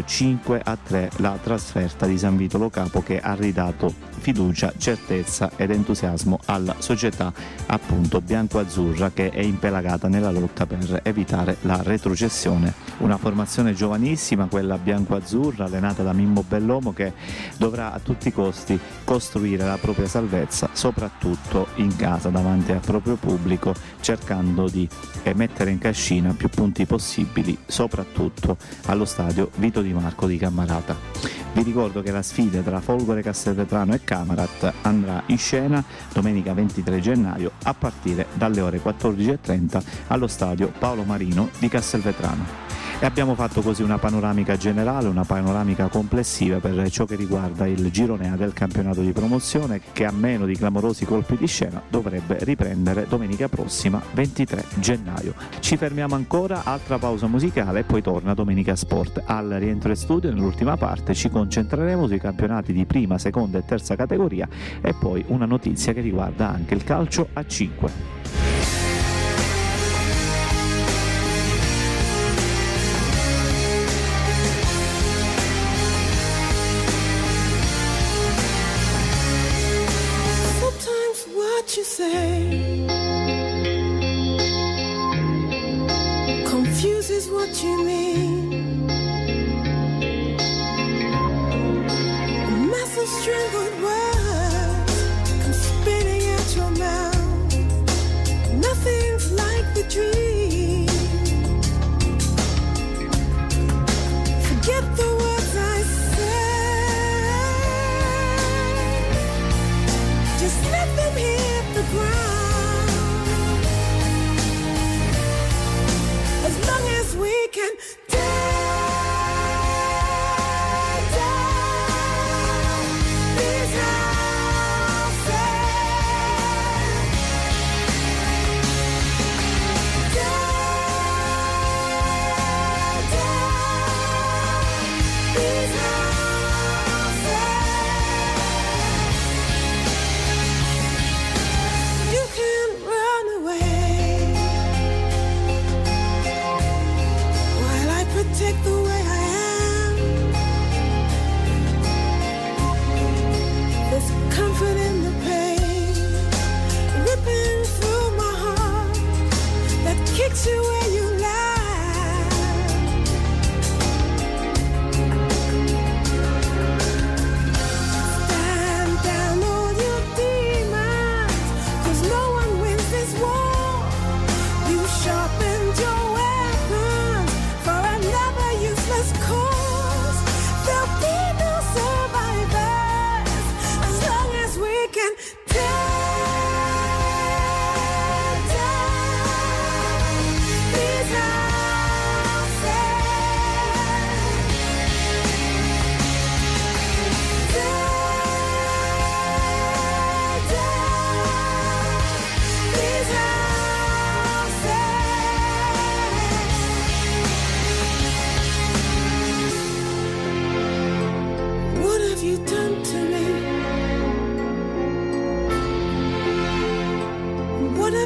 5-3 la trasferta di San Vito Lo Capo, che ha ridato fiducia, certezza ed entusiasmo alla società appunto biancoazzurra, che è impelagata nella lotta per evitare la retrocessione. Una formazione giovanissima, quella biancoazzurra, allenata da Mimmo Bellomo, che dovrà a tutti i costi costruire la propria salvezza, soprattutto in casa davanti al proprio pubblico, cercando di mettere in cascina più punti possibili, soprattutto allo stadio Vito Di Marco di Cammarata. Vi ricordo che la sfida tra Folgore Castelvetrano e Camarat andrà in scena domenica 23 gennaio a partire dalle ore 14:30 allo stadio Paolo Marino di Castelvetrano. E abbiamo fatto così una panoramica generale, una panoramica complessiva per ciò che riguarda il girone A del campionato di promozione, che a meno di clamorosi colpi di scena dovrebbe riprendere domenica prossima 23 gennaio. Ci fermiamo ancora, altra pausa musicale e poi torna Domenica Sport. Al rientro in studio, nell'ultima parte, ci concentreremo sui campionati di prima, seconda e terza categoria e poi una notizia che riguarda anche il calcio a 5. You say confuses what you mean. A mass of strangled words come spitting out your mouth.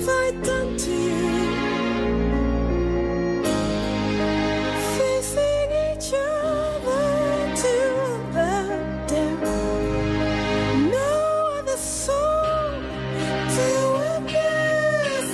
have I done to you? Facing each other to the death. No other soul to witness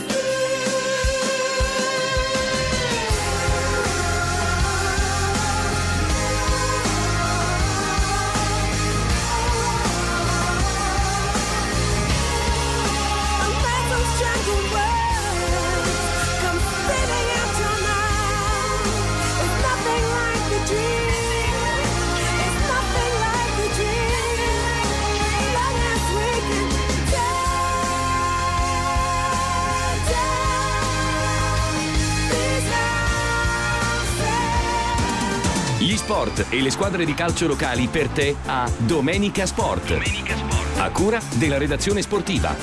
Gli sport e le squadre di calcio locali per te a Domenica Sport. A cura della redazione sportiva.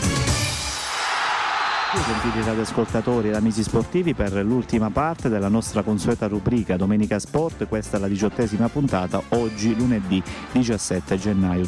Gentili radioascoltatori ed amici sportivi, per l'ultima parte della nostra consueta rubrica Domenica Sport, questa è la 18ª puntata, oggi lunedì 17 gennaio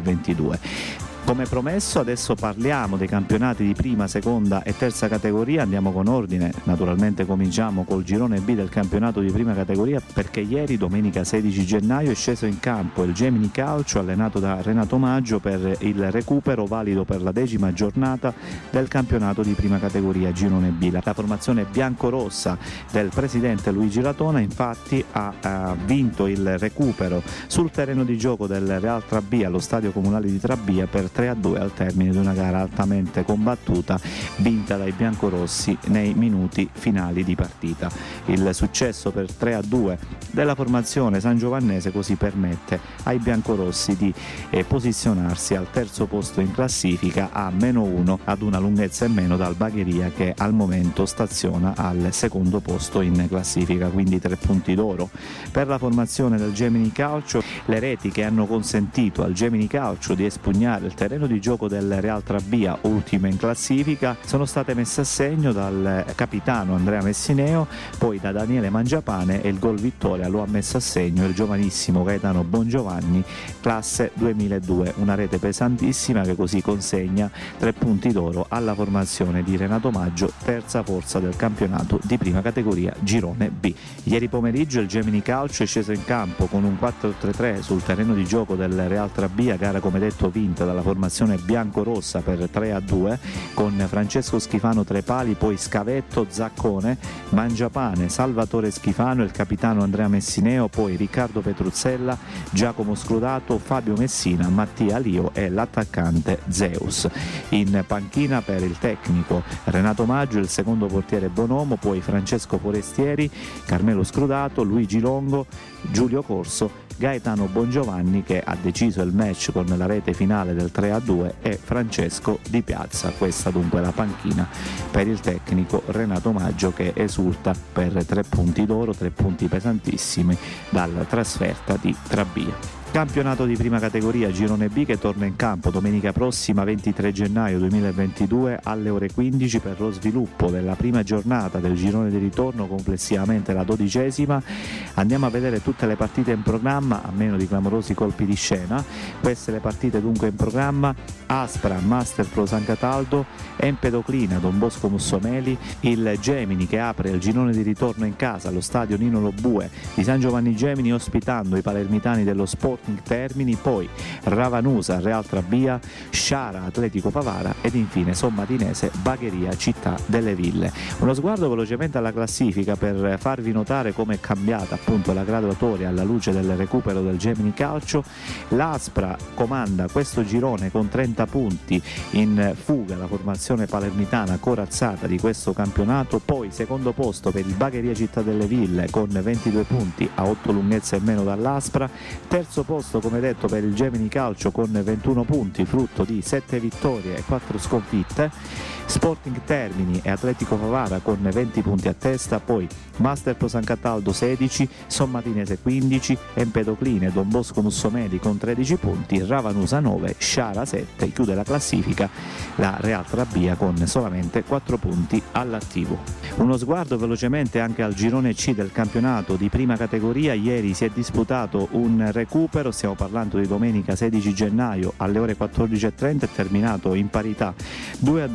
2022. Come promesso, adesso parliamo dei campionati di prima, seconda e terza categoria. Andiamo con ordine, naturalmente cominciamo col girone B del campionato di prima categoria, perché ieri, domenica 16 gennaio, è sceso in campo il Gemini Calcio, allenato da Renato Maggio, per il recupero valido per la 10ª giornata del campionato di prima categoria girone B. La formazione biancorossa del presidente Luigi Latona infatti ha vinto il recupero sul terreno di gioco del Real Trabbia, allo stadio comunale di Trabbia, per 3-2 al termine di una gara altamente combattuta, vinta dai biancorossi nei minuti finali di partita. Il successo per 3-2 della formazione sangiovannese così permette ai biancorossi di posizionarsi al terzo posto in classifica, a -1, ad una lunghezza in meno dal Bagheria, che al momento staziona al secondo posto in classifica, quindi 3 punti d'oro per la formazione del Gemini Calcio. Le reti che hanno consentito al Gemini Calcio di espugnare il terreno di gioco del Real Trabbia, ultimo in classifica, sono state messe a segno dal capitano Andrea Messineo, poi da Daniele Mangiapane, e il gol vittoria lo ha messo a segno il giovanissimo Gaetano Bongiovanni, classe 2002, una rete pesantissima che così consegna 3 punti d'oro alla formazione di Renato Maggio, terza forza del campionato di prima categoria girone B. Ieri pomeriggio il Gemini Calcio è sceso in campo con un 4-3-3 sul terreno di gioco del Real Trabbia, gara come detto vinta dalla formazione biancorossa per 3-2, con Francesco Schifano tra i pali, poi Scavetto, Zaccone, Mangiapane, Salvatore Schifano, il capitano Andrea Messineo, poi Riccardo Petruzzella, Giacomo Scrudato, Fabio Messina, Mattia Lio e l'attaccante Zeus. In panchina per il tecnico Renato Maggio il secondo portiere Bonomo, poi Francesco Forestieri, Carmelo Scrudato, Luigi Longo, Giulio Corso, Gaetano Bongiovanni, che ha deciso il match con la rete finale del 3-2, e Francesco Di Piazza. Questa dunque la panchina per il tecnico Renato Maggio, che esulta per 3 punti d'oro, 3 punti pesantissimi dalla trasferta di Trabbia. Campionato di prima categoria girone B, che torna in campo domenica prossima 23 gennaio 2022 alle ore 15 per lo sviluppo della prima giornata del girone di ritorno, complessivamente la 12ª. Andiamo a vedere tutte le partite in programma, a meno di clamorosi colpi di scena. Queste le partite dunque in programma: Aspra, Master Pro San Cataldo, Empedoclina, Don Bosco Mussomeli, il Gemini che apre il girone di ritorno in casa allo stadio Nino Lobue di San Giovanni Gemini, ospitando i palermitani dello Sporting Termini, poi Ravanusa, Real Trabbia, Sciara, Atletico Favara ed infine Sommatinese, Bagheria, Città delle Ville. Uno sguardo velocemente alla classifica per farvi notare come è cambiata appunto la graduatoria alla luce del recupero del Gemini Calcio. L'Aspra comanda questo girone con 30 punti, in fuga la formazione palermitana corazzata di questo campionato, poi secondo posto per il Bagheria Città delle Ville con 22 punti a 8 lunghezze in meno dall'Aspra, terzo posto come detto per il Gemini Calcio con 21 punti, frutto di 7 vittorie e 4 sconfitte, Sporting Termini e Atletico Favara con 20 punti a testa, poi Master Pro San Cataldo 16, Sommatinese 15, Empedocline e Don Bosco Mussomeli con 13 punti, Ravanusa 9, Sciara 7, chiude la classifica la Real Trabbia con solamente 4 punti all'attivo. Uno sguardo velocemente anche al girone C del campionato di prima categoria. Ieri si è disputato un recupero, stiamo parlando di domenica 16 gennaio alle ore 14.30, è terminato in parità 2-2 il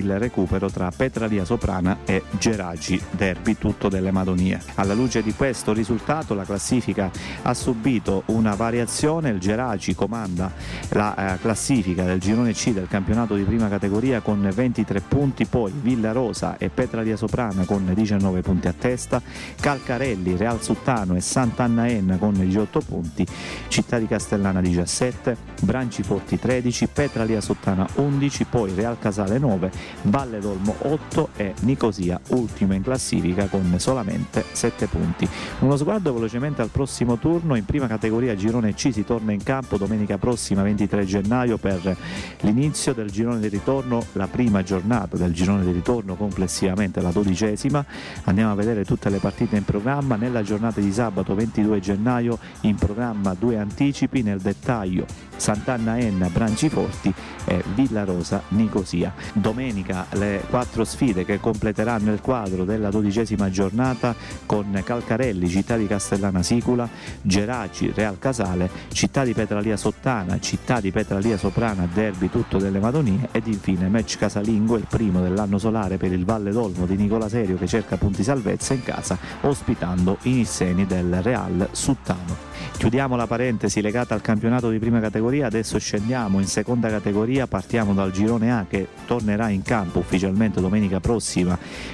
il recupero tra Petralia Soprana e Geraci, derby tutto delle Madonie. Alla luce di questo risultato la classifica ha subito una variazione, il Geraci comanda la classifica del girone C del campionato di prima categoria con 23 punti, poi Villarosa e Petralia Soprana con 19 punti a testa, Calcarelli, Real Suttano e Sant'Anna Enna con 18 punti, Città di Castellana 17, Branciforti 13, Petralia Sottana 11, poi Real Casale 9, Valle d'Olmo 8 e Nicosia ultima in classifica con solamente 7 punti. Uno sguardo velocemente al prossimo turno. In prima categoria girone C si torna in campo domenica prossima 23 gennaio per l'inizio del girone di ritorno, la prima giornata del girone di ritorno, complessivamente la 12ª. Andiamo a vedere tutte le partite in programma. Nella giornata di sabato 22 gennaio in programma 2 anticipi, nel dettaglio Sant'Anna Enna Branciforti e Villarosa Nicosia. Domenica le 4 sfide che completeranno il quadro della 12ª giornata con Calcarelli, Città di Castellana Sicula, Geraci, Real Casale, Città di Petralia Sottana, Città di Petralia Soprana, derby tutto delle Madonie, ed infine match casalingo, il primo dell'anno solare per il Valle d'Olmo di Nicola Serio che cerca punti salvezza in casa ospitando i nisseni del Real Suttano. Chiudiamo la parentesi legata al campionato di prima categoria, adesso scendiamo in seconda categoria, partiamo dal girone A che tornerà in campo ufficialmente domenica prossima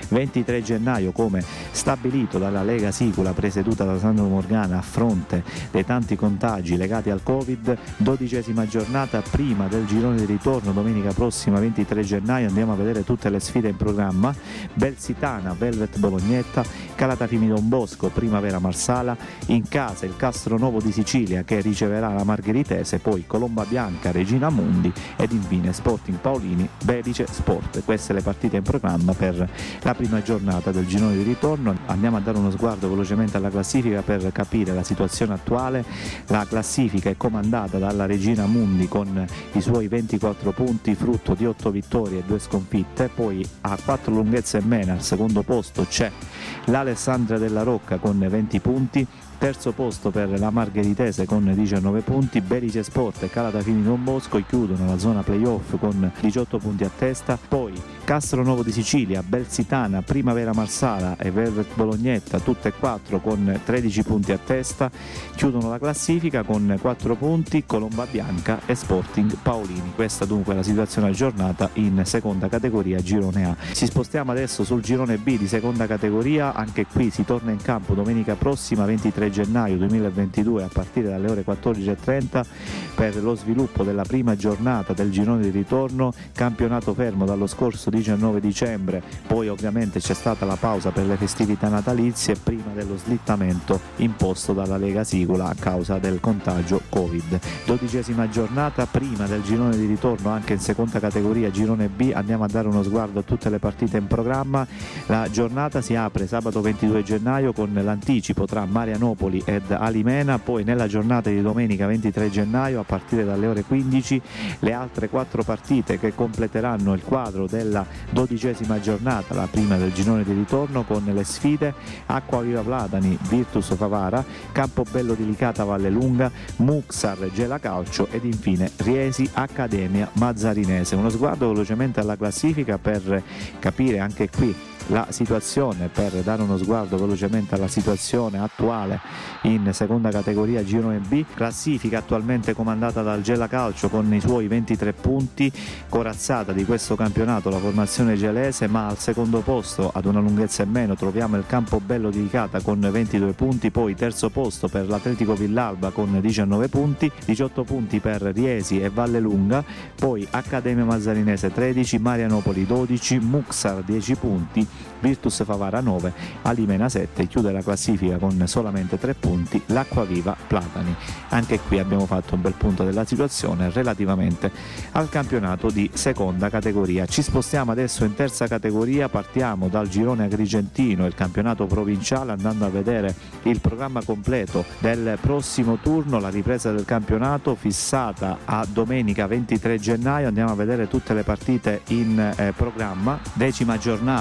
23 gennaio come stabilito dalla Lega Sicula presieduta da Sandro Morgana a fronte dei tanti contagi legati al Covid. 12ª giornata prima del girone di ritorno domenica prossima 23 gennaio, andiamo a vedere tutte le sfide in programma: Belsitana, Velvet Bolognetta, Calatafimi Don Bosco, Primavera Marsala, in casa il Castronovo di Sicilia che riceverà la Margheritese, poi Colomba Bianca, Regina Mundi ed infine Sporting Paolini, Belice Sport. Queste le partite in programma per la prima giornata del girone di ritorno. Andiamo a dare uno sguardo velocemente alla classifica per capire la situazione attuale. La classifica è comandata dalla Regina Mundi con i suoi 24 punti, frutto di 8 vittorie e 2 sconfitte, poi a 4 lunghezze e meno al secondo posto c'è l'Alessandria della Rocca con 20 punti, terzo posto per la Margheritese con 19 punti, Belice Sport e Calatafimi Don Bosco chiudono la zona playoff con 18 punti a testa, poi Castronovo di Sicilia, Belsitana, Primavera Marsala e Velvet Bolognetta tutte e 4 con 13 punti a testa, chiudono la classifica con 4 punti Colomba Bianca e Sporting Paolini. Questa dunque è la situazione aggiornata in seconda categoria girone A. Ci spostiamo adesso sul girone B di seconda categoria, anche qui si torna in campo domenica prossima 23 gennaio 2022 a partire dalle ore 14:30 per lo sviluppo della prima giornata del girone di ritorno, campionato fermo dallo scorso 19 dicembre, poi ovviamente c'è stata la pausa per le festività natalizie prima dello slittamento imposto dalla Lega Sicula a causa del contagio Covid. 12ª giornata prima del girone di ritorno anche in seconda categoria girone B, andiamo a dare uno sguardo a tutte le partite in programma. La giornata si apre sabato 22 gennaio con l'anticipo tra Marianopoli ed Alimena, poi nella giornata di domenica 23 gennaio a partire dalle ore 15 le altre 4 partite che completeranno il quadro della 12ª giornata, la prima del girone di ritorno, con le sfide Acquaviva Platani, Virtus Favara, Campobello di Licata Vallelunga, Muxar Gela Calcio ed infine Riesi Accademia Mazzarinese. Uno sguardo velocemente alla classifica per capire anche qui la situazione, per dare uno sguardo velocemente alla situazione attuale in seconda categoria girone B. Classifica attualmente comandata dal Gela Calcio con i suoi 23 punti, corazzata di questo campionato la formazione gelese, ma al secondo posto ad una lunghezza e meno troviamo il Campobello di Licata con 22 punti, poi terzo posto per l'Atletico Villalba con 19 punti, 18 punti per Riesi e Vallelunga, poi Accademia Mazzarinese 13, Marianopoli 12, Muxar 10 punti, Virtus Favara 9, Alimena 7, chiude la classifica con solamente 3 punti l'Acquaviva Platani. Anche qui abbiamo fatto un bel punto della situazione relativamente al campionato di seconda categoria. Ci spostiamo adesso in terza categoria, partiamo dal girone agrigentino, il campionato provinciale, andando a vedere il programma completo del prossimo turno, la ripresa del campionato fissata a domenica 23 gennaio, andiamo a vedere tutte le partite in programma. 10ª giornata del girone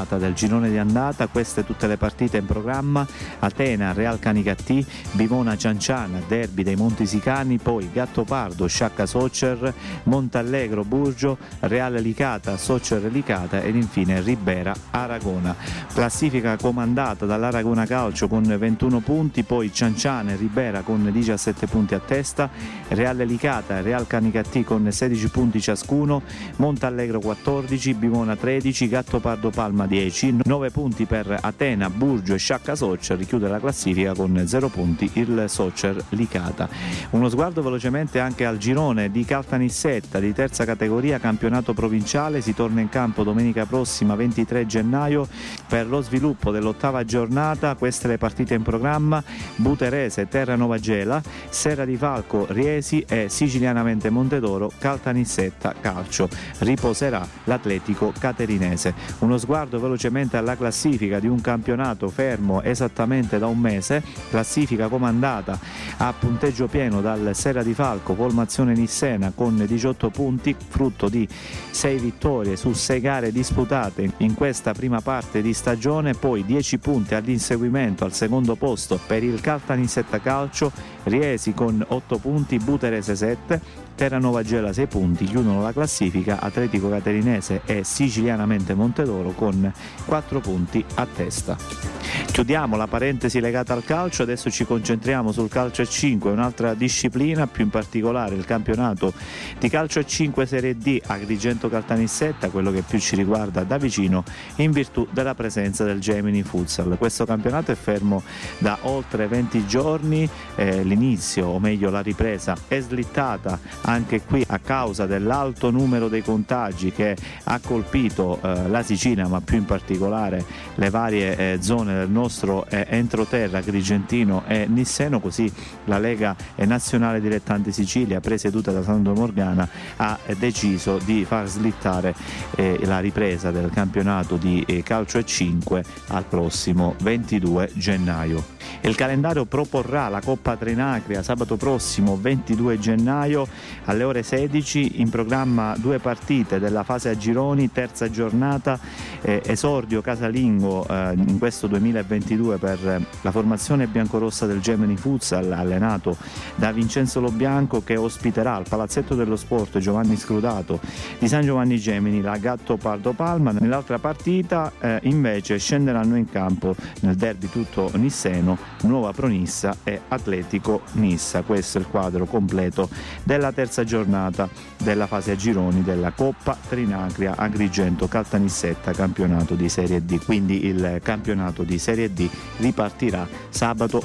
girone di andata, queste tutte le partite in programma: Atena, Real Canicattì, Bimona Cianciana, derby dei Monti Sicani, poi Gattopardo, Sciacca Soccer, Montallegro Burgio, Reale Licata, Soccer Licata ed infine Ribera Aragona. Classifica comandata dall'Aragona Calcio con 21 punti, poi Cianciana e Ribera con 17 punti a testa, Reale Licata e Real Canicattì con 16 punti ciascuno, Montallegro 14, Bimona 13, Gattopardo Palma 10, 9 punti per Atena, Burgio e Sciacca Soccer. Richiude la classifica con 0 punti il Soccer Licata. Uno sguardo velocemente anche al girone di Caltanissetta di terza categoria, campionato provinciale. Si torna in campo domenica prossima 23 gennaio per lo sviluppo dell'8ª giornata. Queste le partite in programma: Buterese, Terranova Gela, Serra di Falco, Riesi e Sicilianamente Montedoro, Caltanissetta Calcio. Riposerà l'Atletico Caterinese. Uno sguardo velocemente alla classifica di un campionato fermo esattamente da un mese, classifica comandata a punteggio pieno dal Serra di Falco, formazione nissena, con 18 punti, frutto di 6 vittorie su 6 gare disputate in questa prima parte di stagione, poi 10 punti all'inseguimento al secondo posto per il Caltanissetta Calcio, Riesi con 8 punti, Buterese 7, Terranova Gela 6 punti. Chiudono la classifica Atletico Caterinese e Sicilianamente Montedoro con 4 punti a testa. Chiudiamo la parentesi legata al calcio, adesso ci concentriamo sul calcio a 5, un'altra disciplina, più in particolare il campionato di calcio a 5 Serie D Agrigento Caltanissetta, quello che più ci riguarda da vicino in virtù della presenza del Gemini Futsal. Questo campionato è fermo da oltre 20 giorni, l'inizio, o meglio la ripresa, è slittata anche qui a causa dell'alto numero dei contagi che ha colpito la Sicilia, ma più in particolare le varie zone del nostro entroterra agrigentino e nisseno. Così la Lega Nazionale Dilettanti Sicilia, presieduta da Sandro Morgana, ha deciso di far slittare la ripresa del campionato di calcio a 5 al prossimo 22 gennaio. Il calendario proporrà la Coppa Trinacria sabato prossimo 22 gennaio alle ore 16, in programma 2 partite della fase a gironi, terza giornata, esordio casalingo in questo 2022 per la formazione biancorossa del Gemini Futsal, allenato da Vincenzo Lobianco, che ospiterà al Palazzetto dello Sport Giovanni Scrutato di San Giovanni Gemini la Gattopardo Palma. Nell'altra partita invece scenderanno in campo nel derby tutto nisseno Nuova Pronissa e Atletico Nissa. Questo è il quadro completo della terza giornata della fase a gironi della Coppa Trinacria Agrigento Caltanissetta, campionato di Serie D. Quindi il campionato di Serie D ripartirà sabato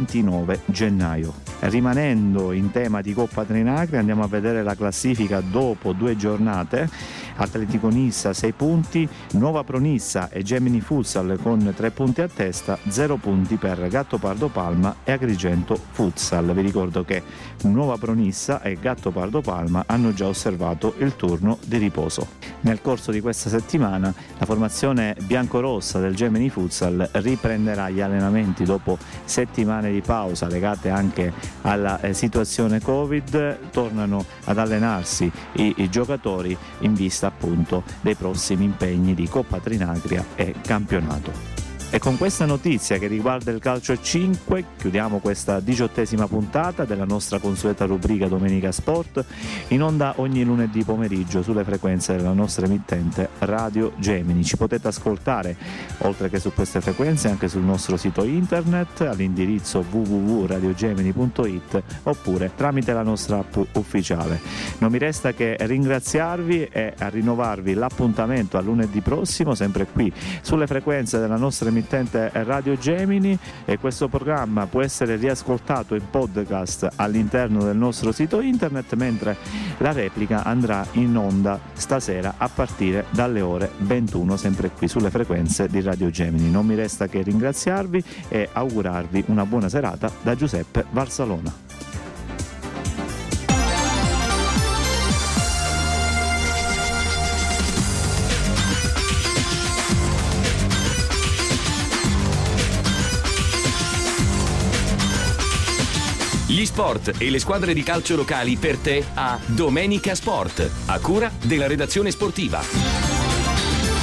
29 gennaio. Rimanendo in tema di Coppa Trinacria, andiamo a vedere la classifica dopo 2 giornate. Atletico Nissa 6 punti, Nuova Pronissa e Gemini Futsal con 3 punti a testa, 0 punti per Gattopardo Palma e Agrigento Futsal. Vi ricordo che Nuova Pronissa e Gattopardo Palma hanno già osservato il turno di riposo. Nel corso di questa settimana la formazione biancorossa del Gemini Futsal riprenderà gli allenamenti dopo settimane di pausa legate anche alla situazione Covid. Tornano ad allenarsi i giocatori in vista appunto dei prossimi impegni di Coppa Trinacria e campionato. E con questa notizia che riguarda il calcio a 5 chiudiamo questa 18ª puntata della nostra consueta rubrica Domenica Sport, in onda ogni lunedì pomeriggio sulle frequenze della nostra emittente Radio Gemini. Ci potete ascoltare oltre che su queste frequenze anche sul nostro sito internet all'indirizzo www.radiogemini.it oppure tramite la nostra app ufficiale. Non mi resta che ringraziarvi e a rinnovarvi l'appuntamento a lunedì prossimo, sempre qui sulle frequenze della nostra emittente Radio Gemini, e questo programma può essere riascoltato in podcast all'interno del nostro sito internet, mentre la replica andrà in onda stasera a partire dalle ore 21 sempre qui sulle frequenze di Radio Gemini. Non mi resta che ringraziarvi e augurarvi una buona serata da Giuseppe Valsalona. Gli sport e le squadre di calcio locali per te a Domenica Sport, a cura della redazione sportiva.